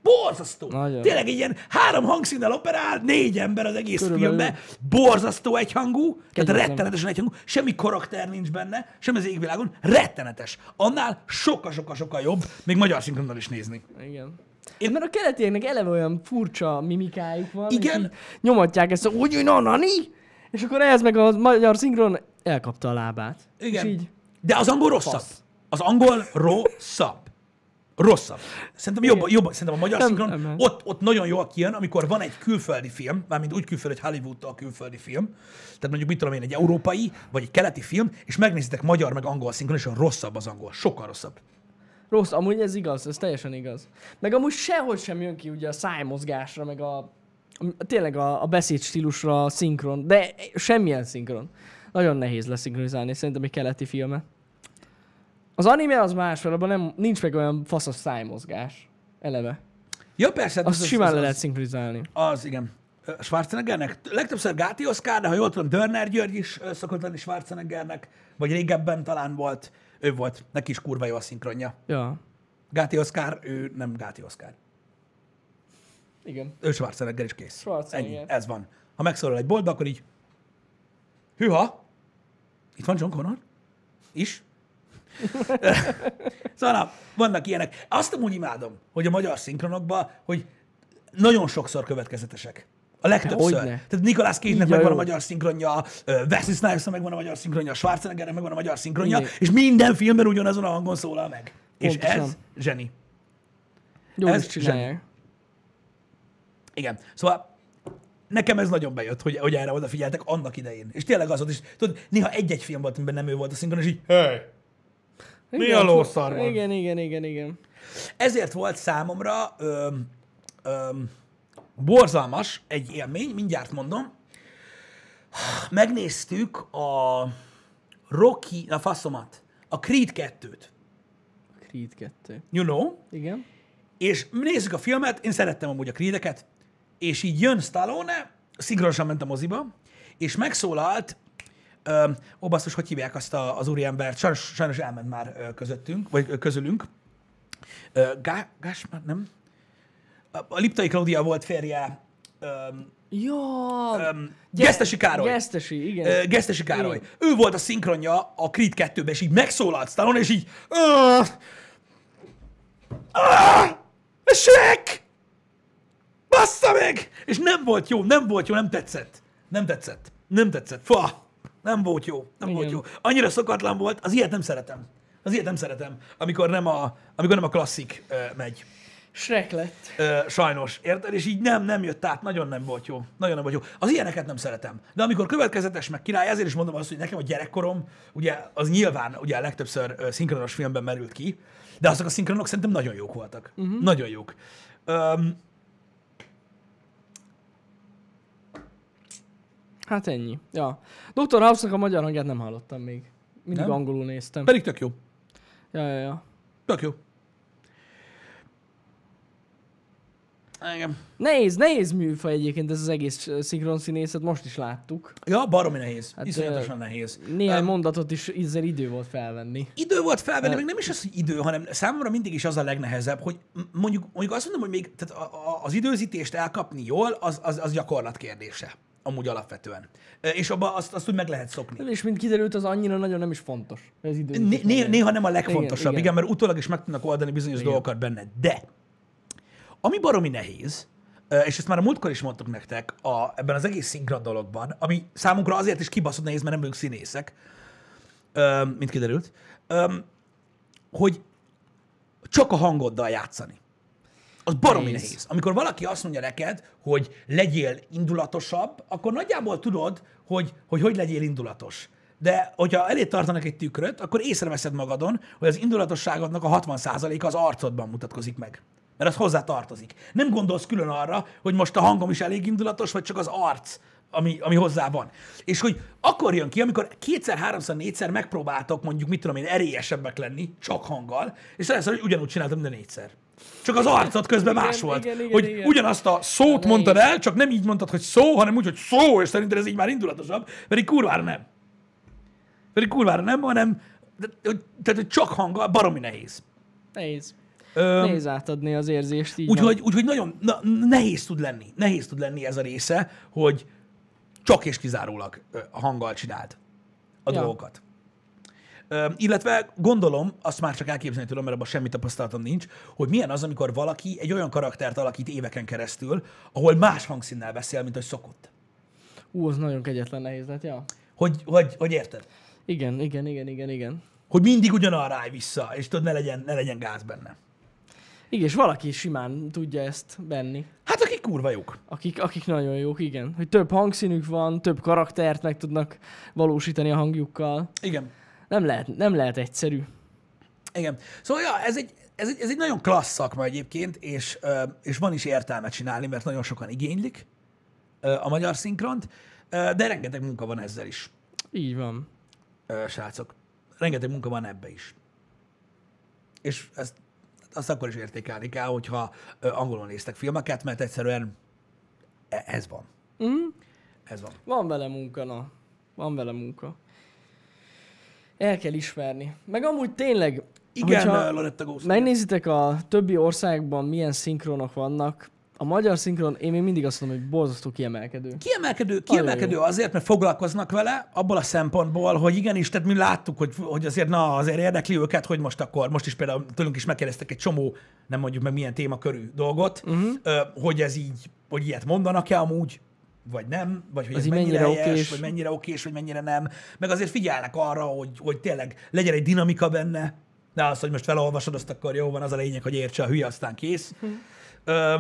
Borzasztó. Nagyon. Tényleg egy ilyen három hangszínnel operál, négy ember az egész Körülbelül. filmben. Borzasztó egyhangú, tehát Kegyetlen. rettenetesen egyhangú. Semmi karakter nincs benne, sem az égvilágon. Rettenetes. Annál sokkal-sokkal-sokkal jobb, még magyar szinkronnal is nézni. Igen. Én... Mert a keletieknek eleve olyan furcsa mimikájuk van, Igen. és így nyomatják ezt a úgy, na, nani, és akkor ehhez meg a magyar szinkron elkapta a lábát. Igen. És így, De az angol rosszabb. Fasz. Az angol rosszabb. Rosszabb. Szerintem jobb, jobb szerintem a magyar Nem, szinkron, nem, nem. ott, ott nagyon jól kijön, amikor van egy külföldi film, mármint úgy külföldi, hogy Hollywoodtól külföldi film, tehát mondjuk mit tudom én, egy európai, vagy egy keleti film, és megnézitek magyar meg angol szinkron, és rosszabb az angol. Sokkal rosszabb. rossz, amúgy ez igaz, ez teljesen igaz. Meg amúgy sehogy sem jön ki ugye a szájmozgásra, meg a, a tényleg a, a beszédstílusra a szinkron, de semmilyen szinkron. Nagyon nehéz leszinkronizálni szerintem egy keleti filmet. Az anime az más, mert abban nem, nincs meg olyan faszos szájmozgás. Eleve. Ja, persze. hát Azt az- simán az- le az- lehet szinkronizálni. Az, igen. Ö, Schwarzeneggernek legtöbbször Gáti Oszkár, de ha jól tudom, Dörner György is ö, szokott lenni Schwarzeneggernek, vagy régebben talán volt, ő volt, neki is kurva jó a szinkronja. Ja. Gáti Oszkár, ő nem Gáti Oszkár. Igen. Ő Schwarzenegger is kész. Schwarzenegger. Ennyi, ez van. Ha megszólal egy boltba, akkor így, hűha, itt van John Connor, is. Szóval na, vannak ilyenek. Azt amúgy imádom, hogy a magyar szinkronokban, hogy nagyon sokszor következetesek. A legtöbbször. Hogyne. Tehát Nicolas Cage-nek Így a megvan a jó. magyar szinkronja, ö, Wesley Snipes-nek megvan a magyar szinkronja, Schwarzeneggernek megvan a magyar szinkronja, Igen. és minden filmben ugyanazon a hangon szólal meg. És Pontosan. ez zseni. Jó Ez is csinálják. Igen. Szóval nekem ez nagyon bejött, hogy, hogy erre odafigyeltek annak idején. És tényleg az volt is, tudod, néha egy-egy film volt, amiben nem ő volt a szinkron, és így, hey, mi Igen, a lószar van? Igen, igen, igen, igen. Ezért volt számomra öm, öm, borzalmas egy élmény, mindjárt mondom. Megnéztük a Rocky, a faszomat, a Creed kettőt, Creed kettő. you know, Igen. és nézzük a filmet, én szerettem amúgy a Creedeket, és így jön Stallone, szinkronosan ment a moziba, és megszólalt, ö, ó basszus, hogy hívják azt a, az úriembert, sajnos, sajnos elment már ö, közöttünk, vagy ö, közülünk. Ö, Gá, Gás, már nem? A, a Liptai Klaudia volt férje, ö, Ja, ö, Gesztesi Károly. Gesztesi, igen. Ö, Gesztesi Károly. Igen. Ő volt a szinkronja a Creed kettőben, és így megszólalt Stallone, és így "Ah! Ah! Shrek! Bassza meg! És nem volt jó, nem volt jó, nem tetszett. Nem tetszett. Nem tetszett. Fa! Nem volt jó. Nem Igen. volt jó. Annyira szokatlan volt, az ilyet nem szeretem. Az ilyet nem szeretem, amikor nem a, amikor nem a klasszik ö, megy. Shrek lett. Ö, sajnos, érted? És így nem, nem jött át, nagyon nem volt jó. Nagyon nem volt jó. Az ilyeneket nem szeretem. De amikor következetes meg király, ezért is mondom azt, hogy nekem a gyerekkorom, ugye az nyilván ugye a legtöbbször ö, szinkronos filmben merült ki, de azok a szinkronok szerintem nagyon jók voltak. Uh-huh. Nagyon jók. Öm, Hát ennyi. Ja. doktor House-nak a magyar hangját nem hallottam még. Mindig Nem? angolul néztem. pedig tök jó. Ja, ja, ja. Tök jó. Igen. Nehéz, nehéz műfaj egyébként ez az egész ö, szinkron színészet, most is láttuk. Ja, baromi nehéz. Hát, Hát, iszonyatosan nehéz. Néhány Öm, mondatot is ezzel idő volt felvenni. Idő volt felvenni, Hát- meg nem is az, hogy idő, hanem számomra mindig is az a legnehezebb, hogy m- mondjuk, mondjuk azt mondom, hogy még tehát a, a, az időzítést elkapni jól, az, az, az gyakorlat kérdése. Amúgy alapvetően. Ö, És abban azt, azt úgy meg lehet szokni. És mint kiderült, az annyira nagyon nem is fontos. Ez idő. Né- né- néha nem a legfontosabb, igen, Igen, igen, mert utólag is meg tudnak oldani bizonyos Igen. dolgokat benne. De, ami baromi nehéz, ö, és ezt már a múltkor is mondtuk nektek a, ebben az egész szinkron dologban, ami számunkra azért is kibaszott nehéz, mert nem vagyunk színészek, ö, mint kiderült, ö, hogy csak a hangoddal játszani. Az baromi nehéz. Nehéz. nehéz. Amikor valaki azt mondja neked, hogy legyél indulatosabb, akkor nagyjából tudod, hogy hogy, hogy legyél indulatos. De hogyha elé tartanak egy tükröt, akkor észreveszed magadon, hogy az indulatosságodnak a hatvan százaléka az arcodban mutatkozik meg. Mert az hozzá tartozik. Nem gondolsz külön arra, hogy most a hangom is elég indulatos, vagy csak az arc, ami, ami hozzá van. És hogy akkor jön ki, amikor kétszer, háromszor, négyszer megpróbáltok mondjuk, mit tudom én, erélyesebbek lenni, csak hanggal, és először hogy ugyanúgy csináltam, de négyszer. Csak az arcod közben Igen, más volt. igen, igen, hogy igen. ugyanazt a szót Nehéz. mondtad el, csak nem így mondtad, hogy szó, hanem úgy, hogy szó, és szerinted ez így már indulatosabb, pedig kurvára nem. Pedig kurvára nem, hanem de, hogy- tehát, hogy csak hanggal baromi nehéz. Nehéz. Nehéz átadni az érzést, így Úgyhogy úgy, nagyon na, nehéz tud lenni. Nehéz tud lenni ez a része, hogy csak és kizárólag a hanggal csináld a ja. dolgokat. Ö, illetve gondolom, azt már csak elképzelni tudom, mert abban semmi tapasztalatom nincs, hogy milyen az, amikor valaki egy olyan karaktert alakít éveken keresztül, ahol más hangszínnel beszél, mint hogy szokott. Ú, az nagyon kegyetlen nehéz lett, ja. Hogy, hogy, hogy érted? Igen, igen, igen, igen, igen. Hogy mindig ugyanarra állj vissza, és tudod, ne legyen, ne legyen gáz benne. Igen, és valaki simán tudja ezt benni. Hát akik kurva jók. Akik, akik nagyon jók, igen. Hogy több hangszínük van, több karaktert meg tudnak valósítani a hangjukkal. Igen. Nem lehet, nem lehet egyszerű. Igen. Szóval ja, ez egy, ez egy, ez egy nagyon klassz szakma egyébként, és, és van is értelme csinálni, mert nagyon sokan igénylik a magyar szinkront, de rengeteg munka van ezzel is. Így van. Srácok. Rengeteg munka van ebbe is. És ezt azt akkor is értékelni kell, hogyha angolul néztek filmeket, mert egyszerűen ez van. Mm. Ez van. Van vele munka, na. Van vele munka. El kell ismerni. Meg amúgy tényleg, igen, Loretta Ghost. Megnézitek a többi országban milyen szinkronok vannak, a magyar szinkron, én még mindig azt mondom, hogy borzasztó kiemelkedő. Kiemelkedő, kiemelkedő azért, mert foglalkoznak vele, abból a szempontból, hogy igenis, tehát mi láttuk, hogy, hogy azért, na, azért érdekli őket, hogy most akkor, most is például tőlünk is megkérdeztek egy csomó, nem mondjuk meg milyen témakörű dolgot, uh-huh. hogy ez így, hogy ilyet mondanak-e amúgy, vagy nem, vagy hogy ez, ez mennyire, mennyire helyes, okés. vagy mennyire okés, vagy mennyire nem. Meg azért figyelnek arra, hogy, hogy tényleg legyen egy dinamika benne, de az, hogy most felolvasod, azt akkor jó van, az a lényeg, hogy értse a hülye, aztán kész. Uh-huh. Ö,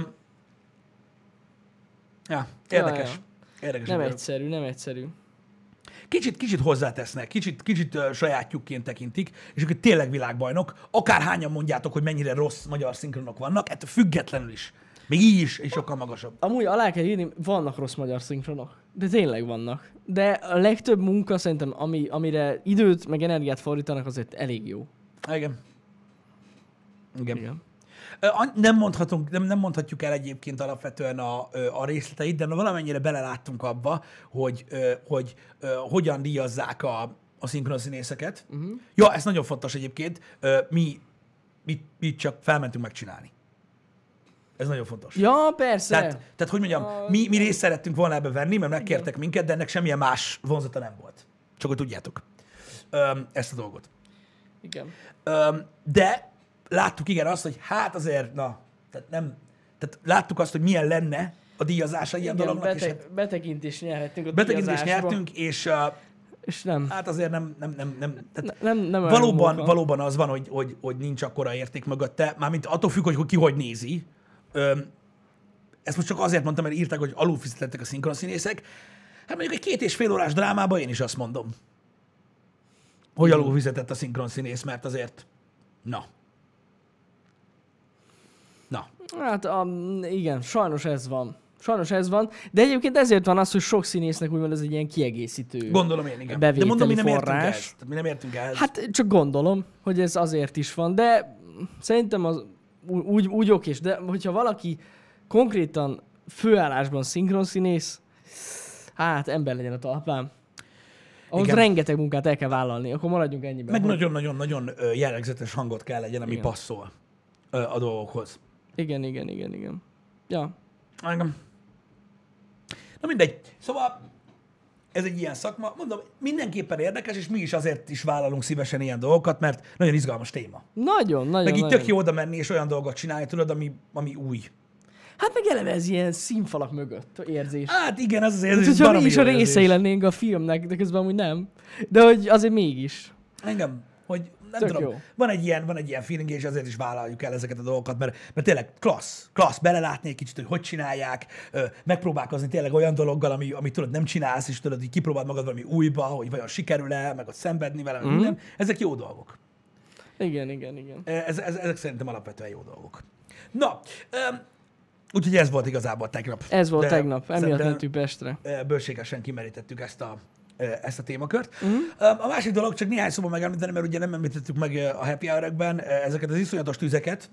Ja, érdekes. Ja, ja. érdekes nem egyszerű, nem egyszerű. Kicsit, kicsit hozzátesznek, kicsit, kicsit uh, sajátjukként tekintik, és akkor tényleg világbajnok. Akárhányan mondjátok, hogy mennyire rossz magyar szinkronok vannak, ettől függetlenül is. Még így is, és sokkal magasabb. Amúgy alá kell írni, vannak rossz magyar szinkronok. De tényleg vannak. De a legtöbb munka szerintem, ami, amire időt, meg energiát fordítanak, azért elég jó. Igen. Igen. Igen. Nem, mondhatunk, nem, nem mondhatjuk el egyébként alapvetően a, a részleteit, de valamennyire beleláttunk abba, hogy, hogy hogyan díjazzák a, a szinkronszínészeket. Uh-huh. Ja, ez nagyon fontos egyébként. Mi, mi, mi csak felmentünk megcsinálni. Ez nagyon fontos. Ja, persze. Tehát, tehát hogy mondjam, a... mi, mi részt szerettünk volna ebbe venni, mert megkértek igen. minket, de ennek semmilyen más vonzata nem volt. Csak hogy tudjátok ezt a dolgot. Igen. De láttuk igen azt, hogy hát azért, na, tehát nem, tehát láttuk azt, hogy milyen lenne a díjazása ilyen igen, dolognak. Bete, és hát betekintést nyerhettünk a betekintést nyertünk, és, uh, és nem. Hát azért nem, nem, nem, nem, tehát nem, nem valóban, valóban az van, hogy, hogy, hogy nincs akkora érték mögötte, mármint attól függ, hogy ki hogy nézi. Öm, ezt most csak azért mondtam, mert írták, hogy alulfizetettek a szinkronszínészek. Hát mondjuk egy két és fél órás drámában én is azt mondom, hogy alulfizetett a szinkronszínész, mert azért, na. Na. Hát um, igen, sajnos ez van. Sajnos ez van, de egyébként ezért van az, hogy sok színésznek úgymond ez egy ilyen kiegészítő. Gondolom én, igen. De mondom, mi nem forrás. értünk ehhez. Tehát mi nem értünk ehhez. Hát csak gondolom, hogy ez azért is van, de szerintem az úgy, úgy okés, de hogyha valaki konkrétan főállásban szinkronszínész, hát ember legyen a talpán. Ahhoz igen. rengeteg munkát el kell vállalni, akkor maradjunk ennyiben. Meg nagyon-nagyon-nagyon jellegzetes hangot kell legyen, ami igen. passzol a dolgokhoz. Igen, igen, igen, igen. Ja. Engem. Na mindegy. Szóval ez egy ilyen szakma. Mondom, mindenképpen érdekes, és mi is azért is vállalunk szívesen ilyen dolgokat, mert nagyon izgalmas téma. Nagyon, nagyon, Meg így nagyon. tök jó oda menni, és olyan dolgot csinálni, tudod, ami, ami új. Hát meg eleve ez ilyen színfalak mögött érzés. Hát igen, az az érzés. Hát, hogyha mi is a részei lennénk a filmnek, de közben amúgy nem. De hogy azért mégis. Engem, hogy nem tök tudom, jó. van egy ilyen, van egy ilyen feeling, és azért is vállaljuk el ezeket a dolgokat, mert, mert tényleg klassz, klassz belelátni egy kicsit, hogy hogy csinálják, megpróbálkozni tényleg olyan dologgal, ami, amit tudod, nem csinálsz, és tudod, hogy kipróbáld magad valami újba, hogy vajon sikerül-e, meg ott szenvedni vele, mm. minden. Ezek jó dolgok. Igen, igen, igen. Ez, ez, ezek szerintem alapvetően jó dolgok. Na, um, úgyhogy ez volt igazából tegnap. Ez volt tegnap, emiatt mentünk Pestre. Bőségesen kimerítettük ezt a ezt a témakört. Uh-huh. A másik dolog, csak néhány szóban megemlíteni, mert ugye nem említettük meg a happy hour-ökben ezeket az iszonyatos tüzeket.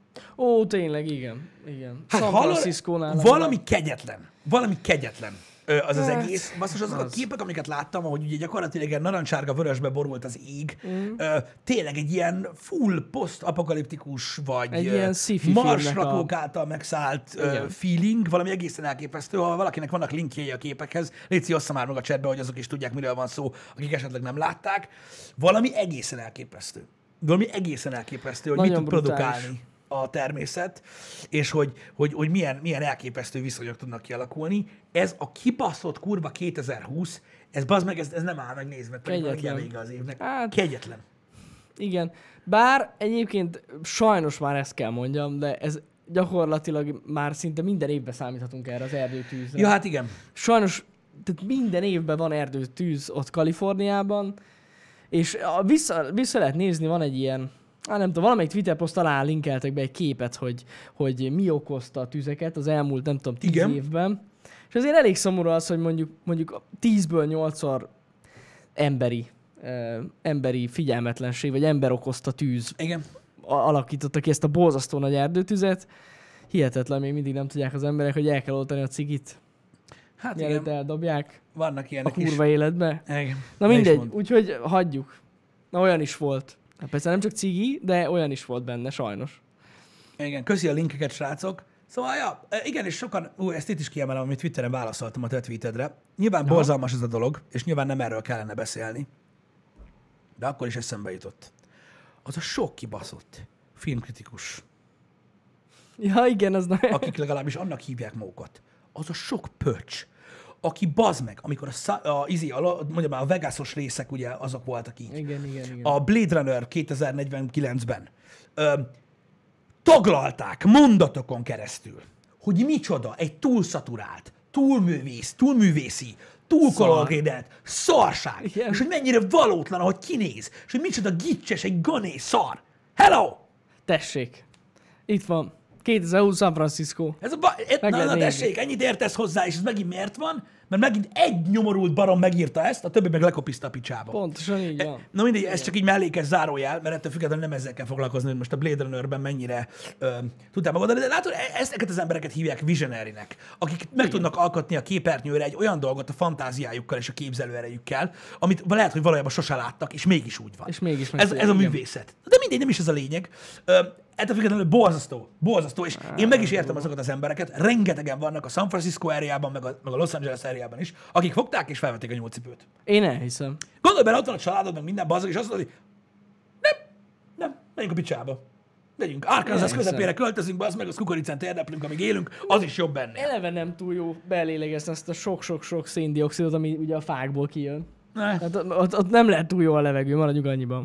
Ó, tényleg, igen. igen. Hát hallod, valami kegyetlen, valami kegyetlen ö, az az Hát, egész. Basszus, azok az. a képek, amiket láttam, ahogy ugye gyakorlatilag ilyen narancsárga vörösbe borult az ég, Mm. ö, tényleg egy ilyen full post-apokaliptikus, vagy Egy ö, ilyen sci-fi marsrakók filmnek által megszállt ö, Igen. feeling, valami egészen elképesztő. Ha valakinek vannak linkjei a képekhez, légy ossza már meg a chatbe, hogy azok is tudják, miről van szó, akik esetleg nem látták. Valami egészen elképesztő. Valami egészen elképesztő, hogy Nagyon mit tud brutális. produkálni a természet, és hogy, hogy, hogy milyen, milyen elképesztő viszonyok tudnak kialakulni. Ez a kibaszott kurva kétezer-húsz, ez bazd meg, ez, ez nem áll meg nézve, pedig van Kegyetlen. ilyen vége az évnek. Hát- Kegyetlen. Igen. Bár egyébként sajnos már ezt kell mondjam, de ez gyakorlatilag már szinte minden évben számíthatunk erre az erdőtűzre. Ja, hát igen. Sajnos tehát minden évben van erdőtűz ott Kaliforniában, és a, vissza, vissza lehet nézni, van egy ilyen, hát nem tudom, valamelyik Twitter poszt alá linkeltek be egy képet, hogy, hogy mi okozta a tüzeket az elmúlt, nem tudom, tíz Igen. évben. És azért elég szomorú az, hogy mondjuk, mondjuk tízből nyolcszor emberi, eh, emberi figyelmetlenség, vagy ember okozta tűz Igen. a- alakította ki ezt a borzasztó nagy erdőtüzet. Hihetetlen, még mindig nem tudják az emberek, hogy el kell oltani a cigit, Hát mielőtt igen, eldobják vannak a ilyenek is. kurva életbe. Igen. Na Ne is mindegy, mondd. úgyhogy hagyjuk. Na olyan is volt. Hát persze nem csak cigi, de olyan is volt benne, sajnos. Igen, köszi a linkeket, srácok. Szóval, ja, igen, és sokan, ú, ezt itt is kiemelem, amit Twitteren válaszoltam a te tweetedre. Nyilván Aha. borzalmas ez a dolog, és nyilván nem erről kellene beszélni. De akkor is eszembe jutott. Az a sok kibaszott filmkritikus, Ja, igen, az nagyon... akik legalábbis annak hívják magukat. Az a sok pöcs, aki bazd meg, amikor a, szá- a, izé, a, mondjam már, a Vegasos részek ugye azok voltak így. Igen, igen, igen. A Blade Runner kétezer-negyvenkilencben ö, taglalták mondatokon keresztül, hogy micsoda egy túlszaturált, túlművész, túlművészi, túlkolorgédelt szarság, Igen. és hogy mennyire valótlan, ahogy kinéz, és hogy micsoda gicses, egy gané szar. Hello! Tessék. Itt van. kétezer-húsz San Francisco. Ez a ba- et, Meg na, lehet na nézni. tessék, ennyit értesz hozzá, és ez megint miért van? Mert megint egy nyomorult barom megírta ezt, a többi meg lekopiszta a picsába. Pontosan így van. Na mindegy, ez csak így mellékes zárójel, mert ettől függetlenül nem ezzel kell foglalkozni, hogy most a Blade Runnerben mennyire ö, tudtál megoldani. De látod, e- ezeket az embereket hívják visionary-nek, akik meg tudnak alkotni a képernyőre egy olyan dolgot a fantáziájukkal és a képzelőerejükkel, amit lehet, hogy valójában sose láttak, és mégis úgy van. És mégis meg ez, tudják, ez a igen. művészet. De mindegy, nem is ez a lényeg. Ö, ettől függetlenül borzasztó, borzasztó, és én meg is értem azokat az embereket, rengetegen vannak a San Francisco areában, meg a, meg a Los Angeles areában is, akik fogták és felvették a nyúlcipőt. Én elhiszem. Gondolj bele, ott van a családod, meg minden bazzag, és azt mondod, hogy nem, nem, menjünk a picsába. Megyünk. Arkansas Elhiszem. közepére költözünk be, az meg az kukoricán érdeplünk, amíg élünk, az is jobb benne. Eleve nem túl jó belélegezni azt a sok-sok-sok széndioxidot, ami ugye a fákból kijön. Ne. Hát ott, ott, ott nem lehet túl jó a levegő, maradjunk annyiban.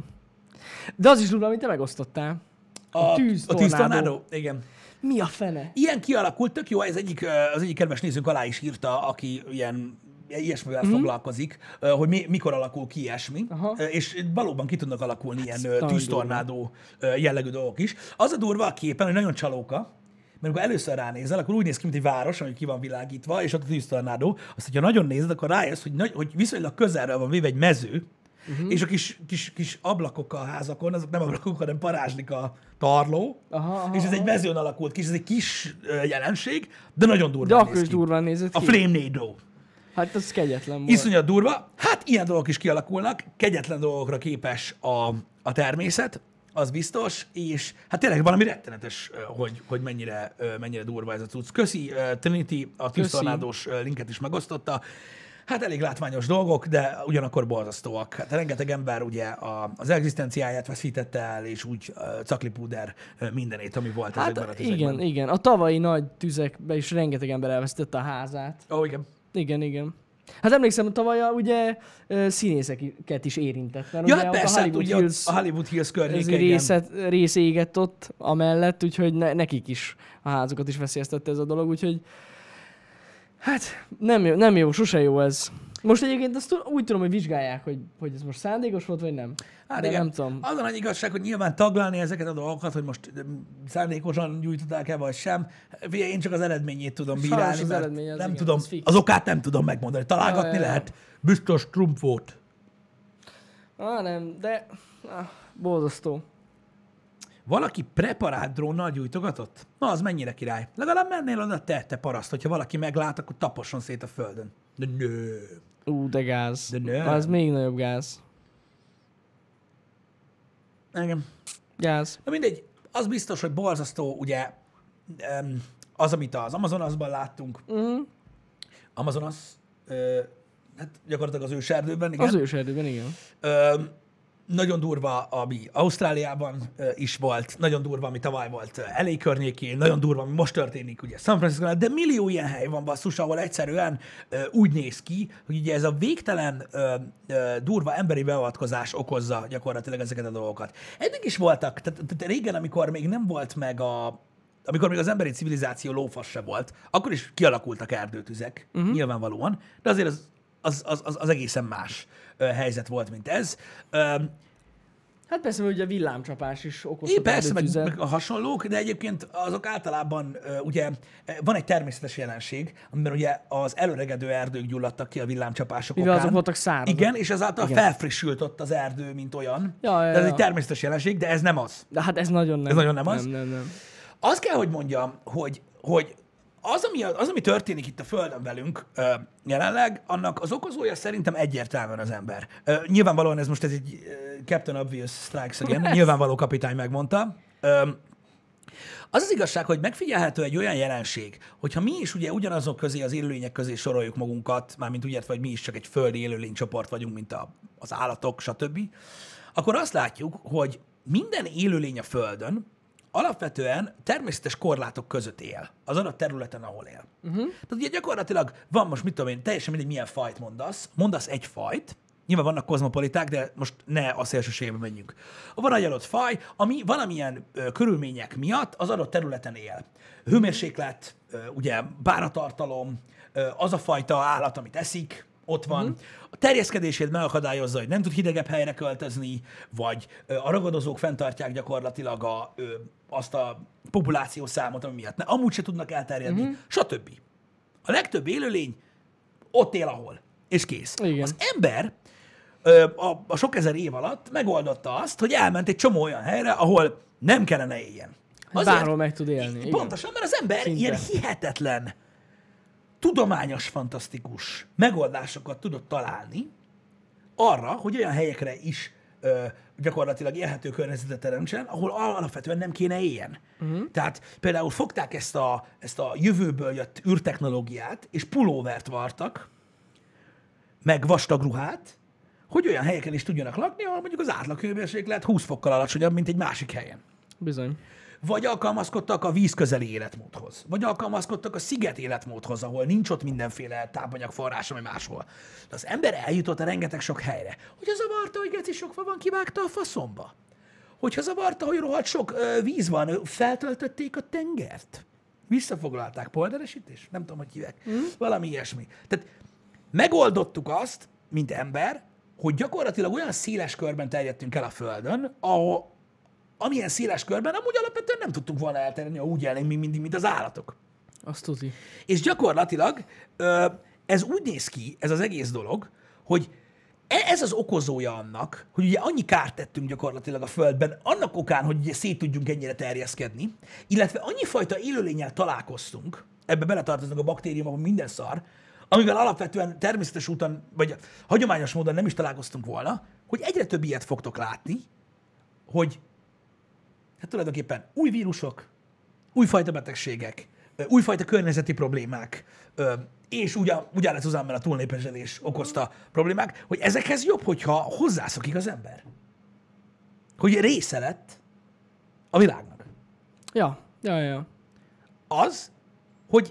De az is durva, amit te megosztottál. A, tűz a tűztornádó. Igen. Mi a fene? Ilyen kialakult, tök jó, ez egyik, ö, az egyik kedves nézőnk alá is írta, aki ilyen ilyesmivel mm-hmm. foglalkozik, ö, hogy mi, mikor alakul ki ilyesmi, Aha. Ö, és valóban ki tudnak alakulni ilyen ö, nagyon tűztornádó ö, jellegű dolgok is. Az a durva a képen, hogy nagyon csalóka, mert amikor először ránézel, akkor úgy néz ki, mint egy város, ami ki van világítva, és ott a tűztornádó. Azt, hogyha nagyon nézed, akkor rájössz, hogy, nagy, hogy viszonylag közelről van véve egy mező, uh-huh. és a kis, kis, kis ablakok a házakon, azok nem ablakok, hanem parázslik a tarló, Aha, aha, és ez egy aha. mezőn alakult ki, és ez egy kis ö, jelenség, de nagyon De durván akkor néz is ki. durván nézett A ki. Flame-nado. Hát az kegyetlen volt. Iszonyat durva. Hát ilyen dolgok is kialakulnak, kegyetlen dolgokra képes a, a természet, az biztos, és hát tényleg valami rettenetes, ö, hogy, hogy mennyire, ö, mennyire durva ez a cucc. Köszi ö, Trinity, a tűztornádós ö, linket is megosztotta. Hát elég látványos dolgok, de ugyanakkor borzasztóak. Hát rengeteg ember ugye a, az egzisztenciáját veszítette el, és úgy uh, caklipúder uh, mindenét, ami volt Hát ezekben a tüzekben. igen, igen. A tavalyi nagy tüzekben is rengeteg ember elvesztette a házát. Ó, igen. Igen, igen. Hát emlékszem, tavaly a, ugye ö, színészeket is érintett. Mert Ja, ugye hát ott persze, a hát Hollywood ugye Hills, ott a Hollywood Hills ez környéke, igen. részet, rész égett ott amellett, úgyhogy ne, nekik is a házukat is veszélyeztette ez a dolog, úgyhogy hát nem jó, nem jó, sose jó ez. Most egyébként azt tud- úgy tudom, hogy vizsgálják, hogy, hogy ez most szándékos volt, vagy nem. Hát De igen. nem tudom. Az a nagy igazság, hogy nyilván taglalni ezeket a dolgokat, hogy most mm, szándékosan gyújtották-e vagy sem. Figyelj, én csak az eredményét tudom Sajnos bírálni, az mert eredmény az nem igen, tudom, az fix. az okát nem tudom megmondani. Találgatni Ja, ja, ja. lehet. Biztos Trump volt. Ah, nem, de ah, borzasztó. Valaki preparált drónnal gyújtogatott? Na, az mennyire király. Legalább mennél oda te, te paraszt, hogyha valaki meglát, akkor taposson szét a földön. De nő. Ú, de gáz. De nem. Az még nagyobb gáz. Igen. Gáz. Na mindegy, az biztos, hogy borzasztó, ugye, em, az, amit az Amazonasban láttunk. Mm. Amazonas, ö, hát gyakorlatilag az őserdőben, igen. Az őserdőben, igen. Ö, nagyon durva, ami Ausztráliában ö, is volt, nagyon durva, ami tavaly volt el á környékén, nagyon durva, ami most történik ugye San Francisco, de millió ilyen hely van basszus, ahol egyszerűen ö, úgy néz ki, hogy ugye ez a végtelen ö, ö, durva emberi beavatkozás okozza gyakorlatilag ezeket a dolgokat. Eddig is voltak, tehát, tehát régen, amikor még nem volt meg a amikor még az emberi civilizáció lófasz se volt, akkor is kialakultak erdőtüzek, uh-huh. nyilvánvalóan, de azért az, az, az, az, az egészen más ö, helyzet volt, mint ez. Ö, Hát persze, hogy a villámcsapás is é, okozhat persze, meg, erdőtüzet. meg a hasonlók, de egyébként azok általában ö, ugye van egy természetes jelenség, amiben ugye az előregedő erdők gyulladtak ki a villámcsapások Mivel okán. azok voltak szárazak. Igen, és ezáltal Igen. felfrissült ott az erdő, mint olyan. Ja, ja, de ez ja. egy természetes jelenség, de ez nem az. De hát ez nagyon nem. Ez nagyon nem az? Nem, nem, nem. Azt kell, hogy mondjam, hogy, hogy az, ami, az, ami történik itt a Földön velünk ö, jelenleg, annak az okozója szerintem egyértelműen az ember. Ö, nyilvánvalóan ez most ez egy ö, Captain Obvious Strikes Again, nyilvánvaló kapitány megmondta. Ö, az az igazság, hogy megfigyelhető egy olyan jelenség, hogyha mi is ugye ugyanazok közé, az élőlények közé soroljuk magunkat, mármint úgy értve, hogy mi is csak egy földi élőlénycsoport vagyunk, mint a, az állatok, stb., akkor azt látjuk, hogy minden élőlény a Földön alapvetően természetes korlátok között él, az adott területen, ahol él. Uh-huh. Tehát ugye gyakorlatilag van most, mit tudom én, teljesen mindegy, milyen fajt mondasz, mondasz egy fajt, nyilván vannak kozmopoliták, de most ne a szélsőségbe menjünk. Van egy adott faj, ami valamilyen ö, körülmények miatt az adott területen él. Hőmérséklet, ö, ugye páratartalom, ö, az a fajta állat, amit eszik, ott van. Uh-huh. A terjeszkedését megakadályozza, hogy nem tud hidegebb helyre költözni, vagy ö, a ragadozók fenntartják gyakorlatilag a, ö, azt a populáció számot, ami miatt ne, amúgy se tudnak elterjedni, uh-huh. stb. A legtöbb élőlény ott él, ahol. És kész. Igen. Az ember ö, a, a sok ezer év alatt megoldotta azt, hogy elment egy csomó olyan helyre, ahol nem kellene éljen. Azért, bárhol meg tud élni. Igen. Pontosan, mert az ember Szinte. ilyen hihetetlen, tudományos, fantasztikus megoldásokat tudott találni arra, hogy olyan helyekre is ö, gyakorlatilag élhető környezetet teremtsen, ahol alapvetően nem kéne éljen. Uh-huh. Tehát például fogták ezt a, ezt a jövőből jött űrtechnológiát, és pulóvert vartak, meg vastag ruhát, hogy olyan helyeken is tudjanak lakni, ahol mondjuk az átlag hőmérséklet húsz fokkal alacsonyabb, mint egy másik helyen. Bizony. Vagy alkalmazkodtak a vízközeli életmódhoz. Vagy alkalmazkodtak a sziget életmódhoz, ahol nincs ott mindenféle tápanyagforrás, ami máshol. De az ember eljutott a rengeteg sok helyre. Hogyha zavarta, hogy geci sok fa van, kivágta a faszomba. Hogyha zavarta, hogy rohadt sok ö, víz van, ö, feltöltötték a tengert. Visszafoglalták, polderesítés? Nem tudom, hogy hívják. Mm. Valami ilyesmi. Tehát megoldottuk azt, mint ember, hogy gyakorlatilag olyan széles körben terjedtünk el a Földön, ahol amilyen széles körben amúgy alapvetően nem tudtunk volna elterjedni, ha úgy élnénk még mindig, mint az állatok. Azt tudni. És gyakorlatilag ez úgy néz ki, ez az egész dolog, hogy ez az okozója annak, hogy ugye annyi kárt tettünk gyakorlatilag a Földben, annak okán, hogy ugye szét tudjunk ennyire terjeszkedni, illetve annyi fajta élőlénnyel találkoztunk, ebbe beletartoznak a baktériumok, minden szar, amivel alapvetően természetes úton, vagy hagyományos módon nem is találkoztunk volna, hogy egyre több ilyet fogtok látni, hogy hát tulajdonképpen új vírusok, újfajta betegségek, újfajta környezeti problémák, és ugyan, ugyanez hozzámben a túlnépesedés okozta problémák, hogy ezekhez jobb, hogyha hozzászokik az ember. Hogy része lett a világnak. Ja, ja, ja. Az, hogy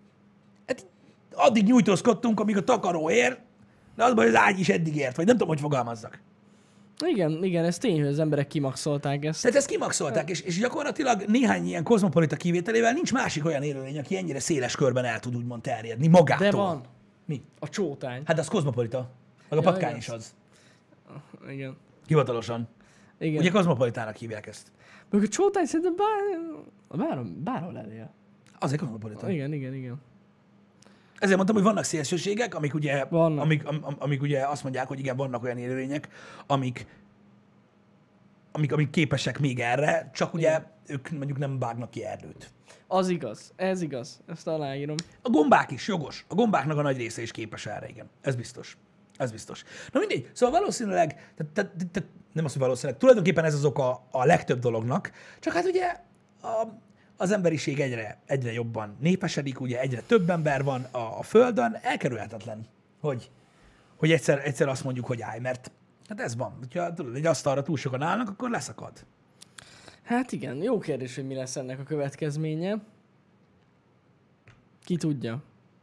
hát addig nyújtózkodtunk, amíg a takaró ér, de az baj, hogy az ágy is eddig ért, vagy nem tudom, hogy fogalmazzak. Igen, igen, ez tény, hogy az emberek kimaxolták ezt. Tehát ezt kimaxolták, és, és gyakorlatilag néhány ilyen kozmopolita kivételével nincs másik olyan élőlény, aki ennyire széles körben el tud úgymond terjedni magától. De van. Mi? A csótány. Hát az kozmopolita. Meg a Ja, patkány igen. is az. Igen. Hivatalosan. Igen. Ugye kozmopolitának hívják ezt. Meg a csótány szerintem bár... bár... bárhol elél. Azért kozmopolita. Igen, igen, igen. Ezért mondtam, hogy vannak szélsőségek, amik ugye, Vannak. amik, am, am- amik ugye azt mondják, hogy igen, vannak olyan élőlények, amik amik, amik képesek még erre, csak ugye igen. ők mondjuk nem vágnak ki erdőt. Az igaz, ez igaz, ezt aláírom. A gombák is, jogos. A gombáknak a nagy része is képes erre, igen. Ez biztos. Ez biztos. Na mindegy, szóval valószínűleg, te, te, te, nem azt, hogy valószínűleg, tulajdonképpen ez az oka a legtöbb dolognak, csak hát ugye a, az emberiség egyre, egyre jobban népesedik, ugye egyre több ember van a, a Földön, elkerülhetetlen, hogy, hogy egyszer, egyszer azt mondjuk, hogy állj, mert hát ez van. Ha tudod, egy asztalra túl sokan állnak, akkor leszakad. Hát igen, jó kérdés, hogy mi lesz ennek a következménye. Ki tudja.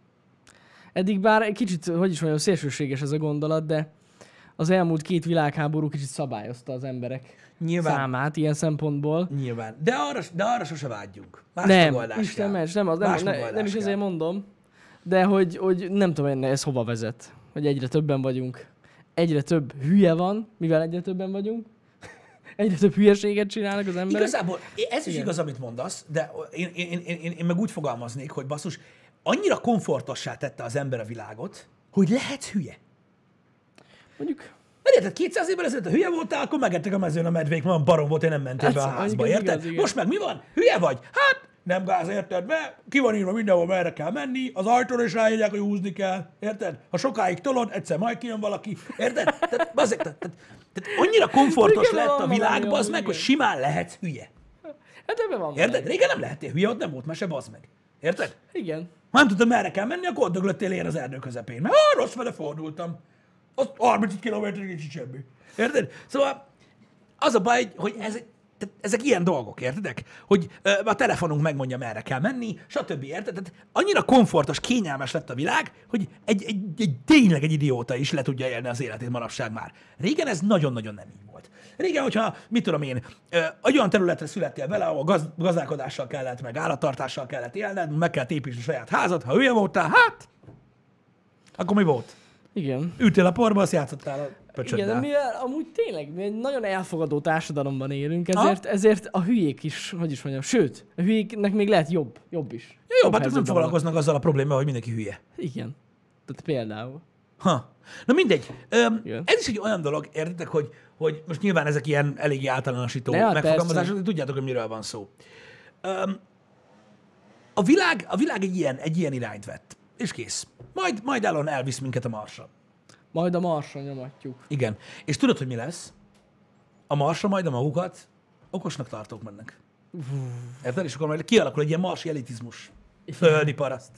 Eddig bár egy kicsit, hogy is mondjam, szélsőséges ez a gondolat, de az elmúlt két világháború kicsit szabályozta az emberek Nyilván. számát ilyen szempontból. Nyilván. De arra, de arra sose vágyjunk. Más nem, megoldás Isten kell. ments, nem, az, nem, Más ne, nem is kell. Ezért mondom, de hogy, hogy nem tudom, ez hova vezet. Hogy egyre többen vagyunk. Egyre több hülye van, mivel egyre többen vagyunk. Egyre több hülyeséget csinálnak az emberek. Igazából ez is Igen. igaz, amit mondasz, de én, én, én, én, én meg úgy fogalmaznék, hogy basszus, annyira komfortossá tette az ember a világot, hogy lehetsz hülye. Mondjuk... Mert érted, kétszáz évvel ezelőtt a hülye voltál, akkor megettek a mezőn a medvék, van barom volt, én nem mentél be a házba, érted? Igaz, Most meg mi van? Hülye vagy? Hát nem gáz, érted? Mert ki van írva mindenhol, merre kell menni, az ajtóra is rájegyek, hogy húzni kell, érted? Ha sokáig tolod, egyszer majd kijön valaki, érted? Tehát, bazeg, tehát, tehát, tehát annyira komfortos igen, lett a világ, bazd meg, hogy simán lehetsz hülye. Hát ebben van. Érted? Meg. Régen nem lehettél hülye, ott nem volt mese, bazd meg. Érted? Igen. Ha nem tudtam, merre kell menni, akkor döglöttél ilyen az erdő közepén. Mert ah, rossz fele fordultam. Az harminc kilométerig nincs semmi. Érted? Szóval az a baj, hogy ezek, tehát ezek ilyen dolgok, értedek? Hogy ö, a telefonunk megmondja, merre kell menni, stb. Érted? Tehát annyira komfortos, kényelmes lett a világ, hogy egy, egy, egy tényleg egy idióta is le tudja élni az életét manapság már. Régen ez nagyon-nagyon nem így volt. Régen, hogyha, mit tudom én, ö, egy olyan területre születtél vele, ahol gaz, gazdálkodással kellett, meg állattartással kellett élned, meg kellett építeni a saját házat, ha hülye voltál, hát, akkor mi volt? Igen. Ültél a porba, azt játszottál a pöcsöddel. Igen, de mivel amúgy tényleg mi egy nagyon elfogadó társadalomban élünk, ezért, ezért a hülyék is, hogy is mondjam, sőt, a hülyéknek még lehet jobb, jobb is. Jó, jobb hát ők nem foglalkoznak azzal a problémával, hogy mindenki hülye. Igen. Tehát például. Ha. Na mindegy. Öm, ez is egy olyan dolog, értitek, hogy, hogy most nyilván ezek ilyen eléggé általánosító hát megfogalmazások, de tudjátok, hogy miről van szó. Öm, a, világ, a világ egy ilyen, egy ilyen irányt vett. És kész. Majd, majd Elon elvisz minket a Marsra. Majd a Marsra nyomatjuk. Igen. És tudod, hogy mi lesz? A Marsra majd a magukat okosnak tartók mennek. Érted? És akkor majd kialakul egy ilyen marsi elitizmus. Földi paraszt.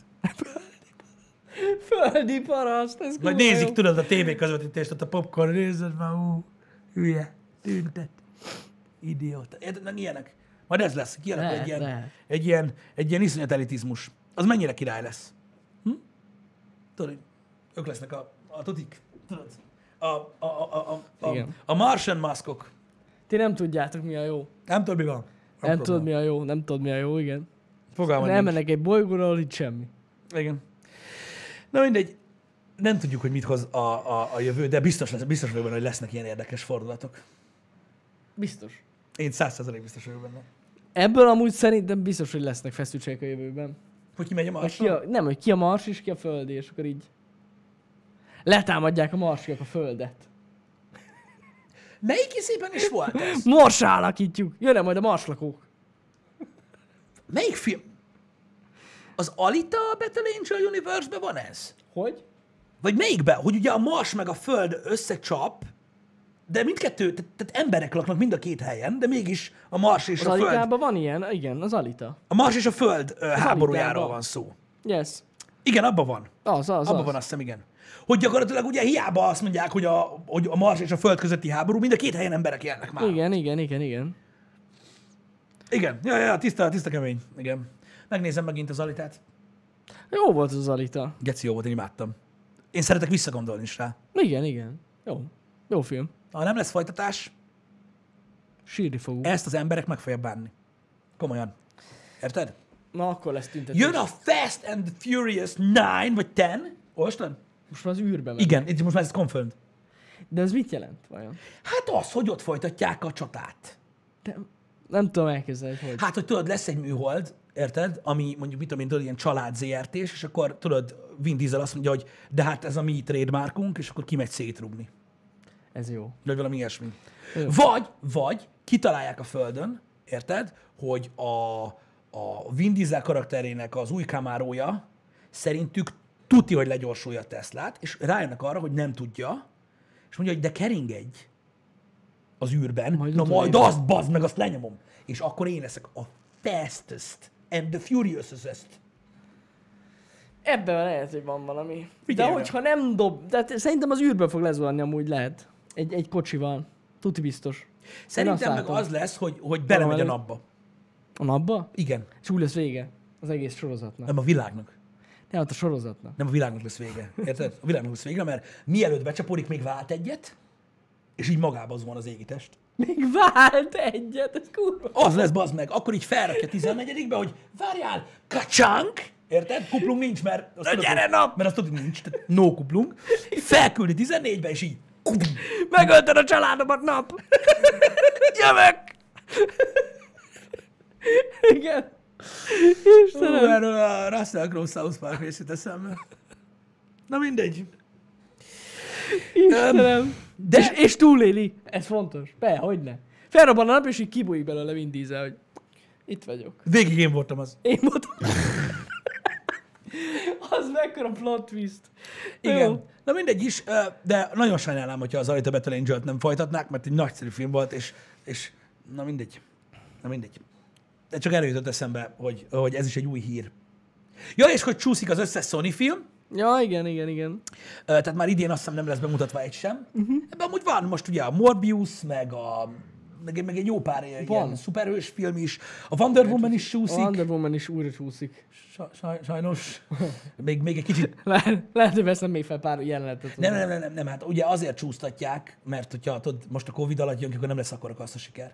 Földi paraszt, ez majd nézik, jó. Tudod, a tévé közvetítést, ott a popcorn, nézed már, ú, hülye, tüntet, idióta. Érted? Na, ilyenek. Majd ez lesz. Kialakul egy ilyen, egy ilyen, egy ilyen iszonyat elitizmus. Az mennyire király lesz? Hm? Tudod, ők lesznek a, a tutik. Tudod? A, a, a, a, a, a Martian Muskok. Ti nem tudjátok, mi a jó. Nem tudod, mi van. Nem, nem tudod, mi a jó. Nem tudod, mi a jó, igen. Fogalmam nem mennek egy bolygóra, ahol itt semmi. Igen. Na mindegy. Nem tudjuk, hogy mit hoz a, a, a jövő, de biztos, lesz, biztos vagyok benne, hogy lesznek ilyen érdekes fordulatok. Biztos. Én száz százalék biztos vagyok benne. Ebből amúgy szerintem biztos, hogy lesznek feszültségek a jövőben. Hogy ki megy a Marsra? Nem, hogy ki a Mars és ki a Földi, és akkor így letámadják a marsiak a Földet. Melyik szépen is volt ez? Marsra alakítjuk. Jönne majd a marslakók. Melyik film? Az Alita Battle Angel Universe-ben van ez? Hogy? Vagy melyikben? Hogy ugye a Mars meg a Föld összecsap, de mindkettő, tehát, tehát emberek laknak mind a két helyen, de mégis a Mars és az a Föld... Az Alitában van ilyen, igen, az Alita. A Mars és a Föld uh, háborújáról van szó. Yes. Igen, abban van. Az, az, abban az. van, azt hiszem, igen. Hogy gyakorlatilag ugye hiába azt mondják, hogy a, hogy a Mars és a Föld közötti háború, mind a két helyen emberek élnek már. Igen, igen, igen, igen. Igen, ja, ja, tiszta, tiszta kemény. Igen. Megnézem megint az Alitát. Jó volt az Alita. Geci jó volt, én imádtam. Én szeretek visszagondolni is rá. Igen, igen. Jó. Jó film. Ha nem lesz folytatás, sírni fogunk. Ezt az emberek meg fogják bánni. Komolyan. Érted? Na, akkor lesz tüntetés. Jön a Fast and the Furious kilenc vagy tíz. Olvastad? Most már az űrbe megy. Igen, itt most már ez confirmed. De ez mit jelent vajon? Hát az, hogy ott folytatják a csatát. De nem tudom elképzelni, hogy... Hát, hogy tudod, lesz egy műhold, érted? Ami mondjuk, mit tudom én, tudod, ilyen család zé er té-s, és akkor tudod, Vin Diesel azt mondja, hogy de hát ez a mi trademarkunk, és akkor kimegy szétrugni. Ez jó. Vagy valami ilyesmi. Jó. Vagy, vagy kitalálják a Földön, érted, hogy a, a Vin Diesel karakterének az új Camarója szerintük tuti, hogy legyorsulja a Teslát, és rájönnek arra, hogy nem tudja, és mondja, hogy de keringedj az űrben, Majd na utolérsz. majd azt bazd meg, azt lenyomom. És akkor én leszek a fastest and the furiousest. Ebben lehet, hogy van valami. Figyelj De rá. hogyha nem dob... De szerintem az űrből fog lezuhanni, amúgy lehet. Egy, egy kocsival. Tuti biztos. Szerintem meg látom. az lesz, hogy, hogy belemegy a Valami- napba. A napba? Igen, És úgy lesz vége. Az egész sorozatnak. nem a világnak. Nem, ott a sorozatnak. Nem a világnak lesz vége. Érted? A világnak lesz vége, mert mielőtt becsapódik, még vált egyet, és így magába zuhan az égitest. Még vált egyet, ez kurva. Az lesz, bazd meg. Akkor így felrakja tizennegyedikbe, hogy várjál, kacsank! Érted? Kuplung nincs, mert azt tudod, gyere hogy- nap! mert azt tudod, hogy nincs, tehát no kuplung. Felküldi tizennégybe, és így. Megölted a családomat, nap! Jövök! Igen. Ú, Istenem. erről a Russell Crowe South Park részét eszembe. Na mindegy. Istenem. De- És, és túléli. Ez fontos. Be, hogyne. Felrobban a nap, és így kibújik belőle Vin Diesel, hogy itt vagyok. Végig én voltam az. Én voltam. Az mekkora plot twist. Igen. Jó. Na mindegy is, ö, de nagyon sajnálom, hogyha az Alita Battle Angel-t nem folytatnák, mert egy nagyszerű film volt, és, és na mindegy. Na mindegy. De csak erről jutott eszembe, hogy, hogy ez is egy új hír. Ja, és hogy csúszik az összes Sony film, Ja, igen, igen, igen. ö, tehát már idén azt hiszem nem lesz bemutatva egy sem. Uh-huh. Ebben amúgy van most ugye a Morbius, meg a meg, meg egy jó pár ilyen Van. szuperhős film is. A Wonder Woman is A csúszik. Wonder Woman is újra csúszik. Sa- saj- sajnos. Még, még egy kicsit. Le- lehet, hogy veszem még fel pár jelenetet. Nem, nem, nem, nem, nem, hát ugye azért csúsztatják, mert hogyha tudod, most a Covid alatt jön ki, akkor nem lesz akkora kassza siker.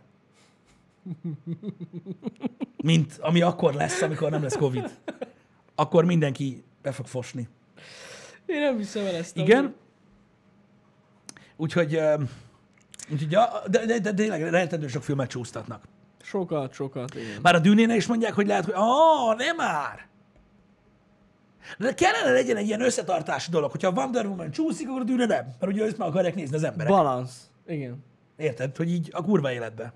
Mint ami akkor lesz, amikor nem lesz Covid. Akkor mindenki be fog fosni. Én nem hiszem el ezt. Igen. Úgyhogy, öm, úgyhogy ja, de, de, de tényleg rettenetesen sok filmet csúsztatnak. Sokat, sokat, igen. Már a Dűnénél is mondják, hogy lehet, hogy ah, nem már! De kellene legyen egy ilyen összetartási dolog, hogyha a Wonder Woman csúszik, akkor a Dűne nem. Mert ugye ezt meg akarják nézni az emberek. Balansz. Igen. Érted? Hogy így a kurva életbe.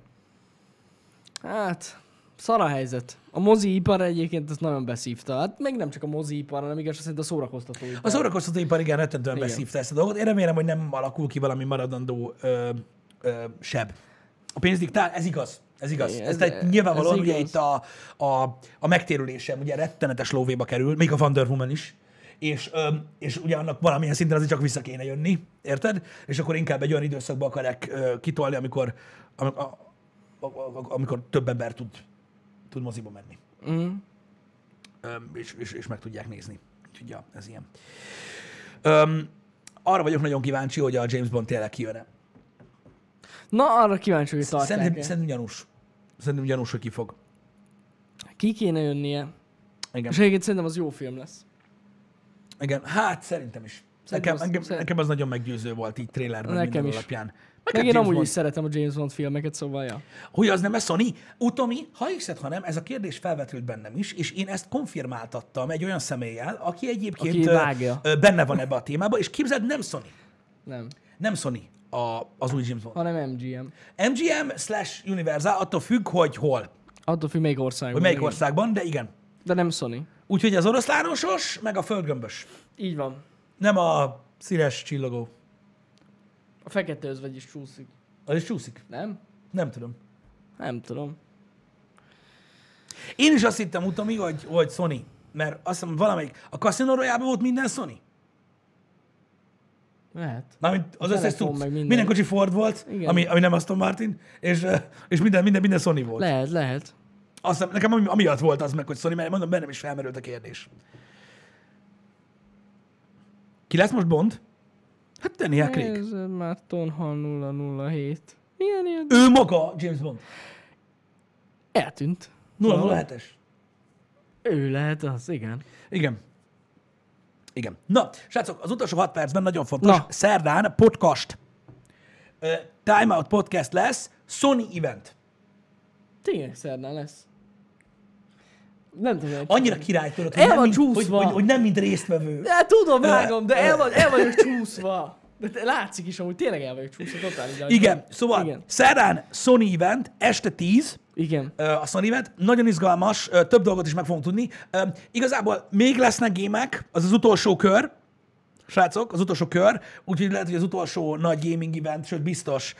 Hát, szar a helyzet. A moziipar egyébként ezt nagyon beszívta. Hát meg nem csak a moziipar, hanem igaz, szerint a szórakoztatóipar. A szórakoztatóipar igen, rettentően Igen. beszívta ezt a dolgot. Én remélem, hogy nem alakul ki valami maradandó ö, ö, seb. A pénzdiktál, ez igaz. Ez igaz. Igen, ez, ez- ez nyilvánvalóan ez ugye igaz. itt a, a, a megtérülésem ugye rettenetes lóvéba kerül, még a Wonder Woman is, és, ö, és ugye annak valamilyen szinten azért csak vissza kéne jönni, érted? És akkor inkább egy olyan időszakba akarják ö, kitolni, amikor, am, a, a, a, amikor több ember tud, tud moziba menni. Mm. Öm, és, és, és meg tudják nézni. Úgyhogy ja, ez ilyen. Öm, arra vagyok nagyon kíváncsi, hogy a James Bond tényleg kijön-e. Na, arra kíváncsi, hogy tartják Szerintem, szerintem gyanús. Szerintem gyanús, hogy ki fog. Ki kéne jönnie. Igen. És egyébként szerintem az jó film lesz. Igen. Hát szerintem is. Szerintem Nekem, az- engem, szerint- nekem az nagyon meggyőző volt így trailerben Nekem minden is. alapján. Meg hát én James amúgy Bond- is szeretem a James Bond filmeket, szóval ja. Hogy az nem a Sony? Utomi, ha hiszed, ha nem, ez a kérdés felvetült bennem is, és én ezt konfirmáltattam egy olyan személlyel, aki egyébként Aki ö, vágja. ö, benne van ebbe a témába, és képzeld, nem Sony. Nem. Nem Sony a, az új James Bond. Hanem em gé em. em gé em slash Universal, attól függ, hogy hol, Attól függ, melyik országban. hogy melyik igen. országban, de igen. De nem Sony. Úgyhogy az oroszlánosos, meg a földgömbös. Így van. Nem a színes csillogó. A fekete özvegy is csúszik. Az is csúszik. Nem? Nem tudom. Nem tudom. Én is azt hittem utomi, hogy, hogy Sony. Mert azt hiszem, valamelyik, a Casino Royale-ban volt minden Sony. Lehet. Mármint az A összes telefon, tudsz. meg minden. Minden kocsi Ford volt, Igen. ami, ami nem Aston Martin, és, ö, és minden, minden, minden Sony volt. Lehet, lehet. Azt hiszem, nekem ami- amiatt volt az meg, hogy Sony, mert mondom, bennem is felmerült a kérdés. Ki lesz most Bond? Hát Daniel Craig. Ez már Tonhal nulla nulla hét. Milyen ilyen? Ő maga James Bond. Eltűnt. nulla nulla hetes. Ő lehet az, igen. Igen. Igen. Na, srácok, az utolsó hat percben nagyon fontos. Na. Szerdán podcast. Uh, Time Out podcast lesz. Sony event. Tényleg szerdán lesz. Nem tudom. Annyira király tudod, hogy, El nem van mint, hogy, csúszva. hogy, hogy nem mint résztvevő. De tudom, vágom, de el, van, el vagyok csúszva. De te látszik is, amúgy tényleg el vagyok csúszva totál. Így, Igen, szóval Igen. szerdán Sony event, este tíz, Igen. a Sony event, nagyon izgalmas, több dolgot is meg fogunk tudni. Igazából még lesznek gémek, az az utolsó kör, srácok, az utolsó kör, úgyhogy lehet, hogy az utolsó nagy gaming event, sőt biztos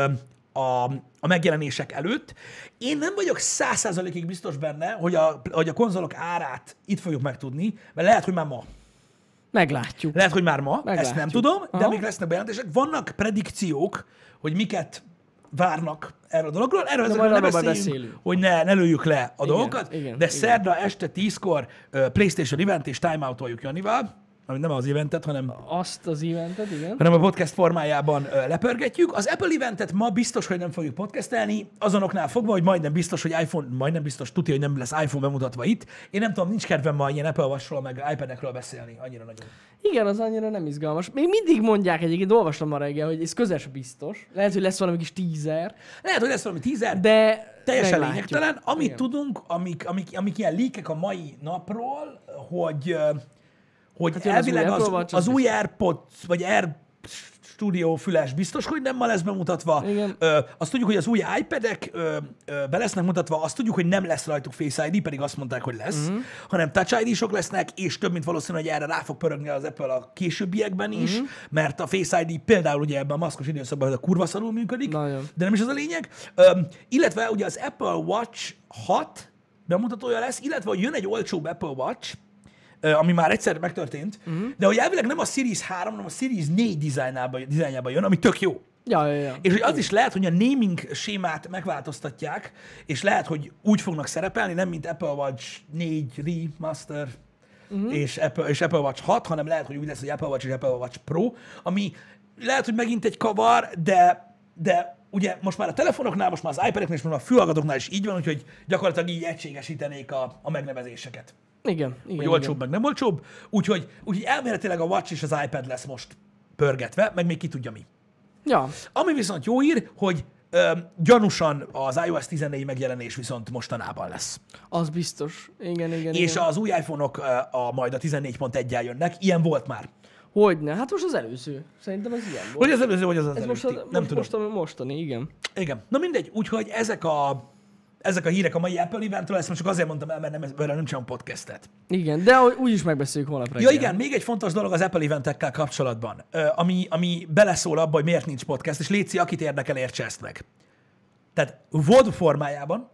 a, a megjelenések előtt. Én nem vagyok száz százalékig biztos benne, hogy a, hogy a konzolok árát itt fogjuk megtudni, mert lehet, hogy már ma. Meglátjuk. Lehet, hogy már ma, Meglátjuk. ezt nem tudom, de Aha. még lesznek bejelentések. Vannak predikciók, hogy miket várnak erről a dologról. Erről De ezekről majd ne arról majd beszéljünk, beszélünk. hogy ne, ne lőjük le a Igen, dolgokat, igen, de igen. szerda este tízkor uh, PlayStation event és timeoutoljuk Janival, ami nem az eventet, hanem, Azt az eventet, igen. hanem a podcast formájában uh, lepörgetjük. Az Apple eventet ma biztos, hogy nem fogjuk podcastelni, azonoknál fogva, hogy majdnem biztos, hogy iPhone, majdnem biztos, tudja, hogy nem lesz iPhone bemutatva itt. Én nem tudom, nincs kedvem ma ilyen Apple Watchról, meg iPad-ekről beszélni, annyira nagyon. Igen, az annyira nem izgalmas. Még mindig mondják egyébként, olvastam ma reggel, hogy ez közel sem biztos. Lehet, hogy lesz valami kis teaser, Lehet, hogy lesz valami teaser, de teljesen meglátjuk. lényegtelen. Amit Igen. tudunk, amik, amik, amik ilyen líkek a mai napról, hogy, ö, hogy Hát jön az elvileg új az, Apple az, Watch, az az új AirPods, vagy Air Studio füles biztos, hogy nem ma lesz bemutatva. Igen. Ö, azt tudjuk, hogy az új iPad-ek ö, ö, be lesznek mutatva, azt tudjuk, hogy nem lesz rajtuk Face i dé, pedig azt mondták, hogy lesz, Mhm. uh-huh. hanem Touch i dé-sok lesznek, és több mint valószínű, hogy erre rá fog pörögni az Apple a későbbiekben is, Mhm. uh-huh. mert a Face i dé például ugye ebben a maszkos időszakban a kurva szarul működik, Nagyon. de nem is az a lényeg. Öm, illetve ugye az Apple Watch hat bemutatója lesz, illetve hogy jön egy olcsóbb Apple Watch, ö, ami már egyszer megtörtént, Mhm. uh-huh. de hogy elvileg nem a Series három, hanem a Series négy dizájnában, dizájnjában jön, ami tök jó. Ja, ja, ja. És hogy az is lehet, hogy a naming sémát megváltoztatják, és lehet, hogy úgy fognak szerepelni, nem mint Apple Watch négy Remaster uh-huh. és, Apple, és Apple Watch hat, hanem lehet, hogy úgy lesz, hogy Apple Watch és Apple Watch Pro, ami lehet, hogy megint egy kavar, de, de ugye most már a telefonoknál, most már az iPad-eknél, és most már a fülhallgatóknál is így van, úgyhogy gyakorlatilag így egységesítenék a, a megnevezéseket. Igen, igen. Hogy olcsóbb, meg nem olcsóbb. Úgyhogy, úgyhogy elméletileg a Watch és az iPad lesz most pörgetve, meg még ki tudja mi. Ja, Ami viszont jó ír, hogy ö, gyanúsan az iOS tizennégy megjelenés viszont mostanában lesz. az biztos. Igen, igen, És igen. az új iPhone-ok ö, a, majd a tizennégy pont egyel jönnek. Ilyen volt már. Hogyne? Hát most az előző. Szerintem ez ilyen volt. Vagy az előző, vagy az az Ez most, előtti. a, Nem most, tudom. most a mostani, igen. Igen. Na mindegy, úgyhogy ezek a, ezek a hírek a mai Apple eventről, ezt most csak azért mondtam el, mert nem, mert nem csinálom podcastet. Igen, de úgyis megbeszéljük holnap reggel. Ja igen, még egy fontos dolog az Apple eventekkel kapcsolatban, ö, ami, ami beleszól abba, hogy miért nincs podcast, és létszi, akit érdekel, értse ezt meg. Tehát vé o dé formájában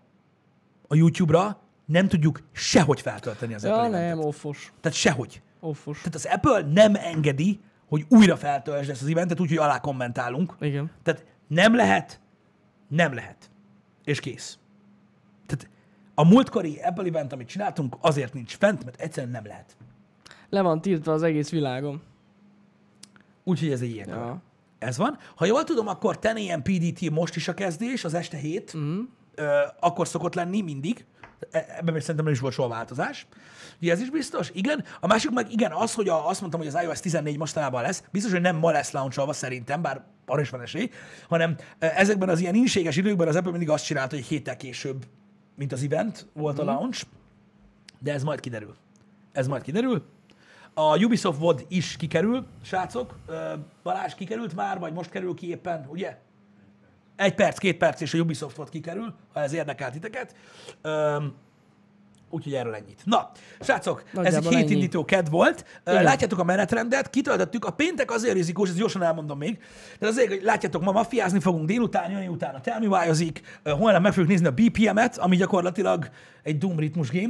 a YouTube-ra nem tudjuk sehogy feltölteni az Apple Ja, eventet. nem, offos. Tehát sehogy. Offos. Tehát az Apple nem engedi, hogy újra feltöltsd ezt az eventet, úgyhogy alá kommentálunk. Igen. Tehát nem lehet, nem lehet. És kész. Tehát a múltkori Apple event, amit csináltunk, azért nincs fent, mert egyszerűen nem lehet. Le van tiltva az egész világon. Úgyhogy ez egy ilyen kör. Ja. Ez van. Ha jól tudom, akkor ten á em pé dé té most is a kezdés, az este hét. Mhm. Ö, akkor szokott lenni mindig. E- Ebben még szerintem nem is volt soha változás. Ugye ez is biztos? Igen. A másik meg igen az, hogy a, azt mondtam, hogy az iOS tizennégy mostanában lesz. Biztos, hogy nem ma lesz launcholva szerintem, bár arra is van esély, hanem ö, ezekben az ilyen inséges időkben az Apple mindig azt csinálta, hogy héttel később, mint az event volt a launch. De ez majd kiderül. Ez majd kiderül. A Ubisoft vé o dé is kikerül, srácok. Ö, Balázs kikerült már, vagy most kerül ki éppen, ugye? Egy perc, két perc, és a Ubisoft vé o dé kikerül, ha ez érdekel titeket. Öm, úgyhogy erről ennyit. Na, srácok, ez egy Nagyjából ennyi. hétindító ked volt. Ö, Igen. Látjátok a menetrendet, kitöltöttük. A péntek azért rizikós, ezt gyorsan elmondom még. De azért, hogy látjátok, ma maffiázni fogunk délután, jönni utána Tell Me Why-ozik. Ö, Holnap meg fogjuk nézni a bé pé em-et, ami gyakorlatilag egy Doom ritmus game.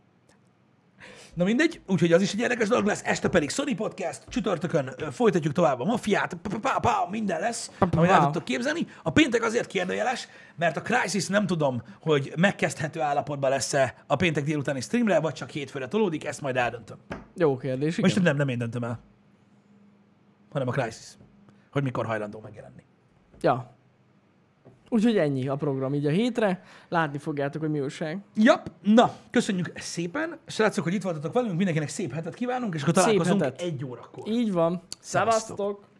Na mindegy, úgyhogy az is egy érdekes dolog lesz, este pedig Sony Podcast, csütörtökön ö, folytatjuk tovább a maffiát, pa, pa, pa, minden lesz, amit el tudtok képzelni. A péntek azért kérdőjeles, mert a Crysis nem tudom, hogy megkezdhető állapotban lesz-e a péntek délutáni streamre, vagy csak hétfőre tolódik, ezt majd eldöntöm. Jó kérdés, igen. Most nem, nem én döntöm el, hanem a Crysis, hogy mikor hajlandó megjelenni. Ja. Úgyhogy ennyi a program így a hétre. Látni fogjátok, hogy mi újság. Jap, na, köszönjük szépen, srácok, hogy itt voltatok velünk, mindenkinek szép hetet kívánunk, és akkor Szép találkozunk hetet. egy órakor. Így van. Szevasztok. Szevasztok!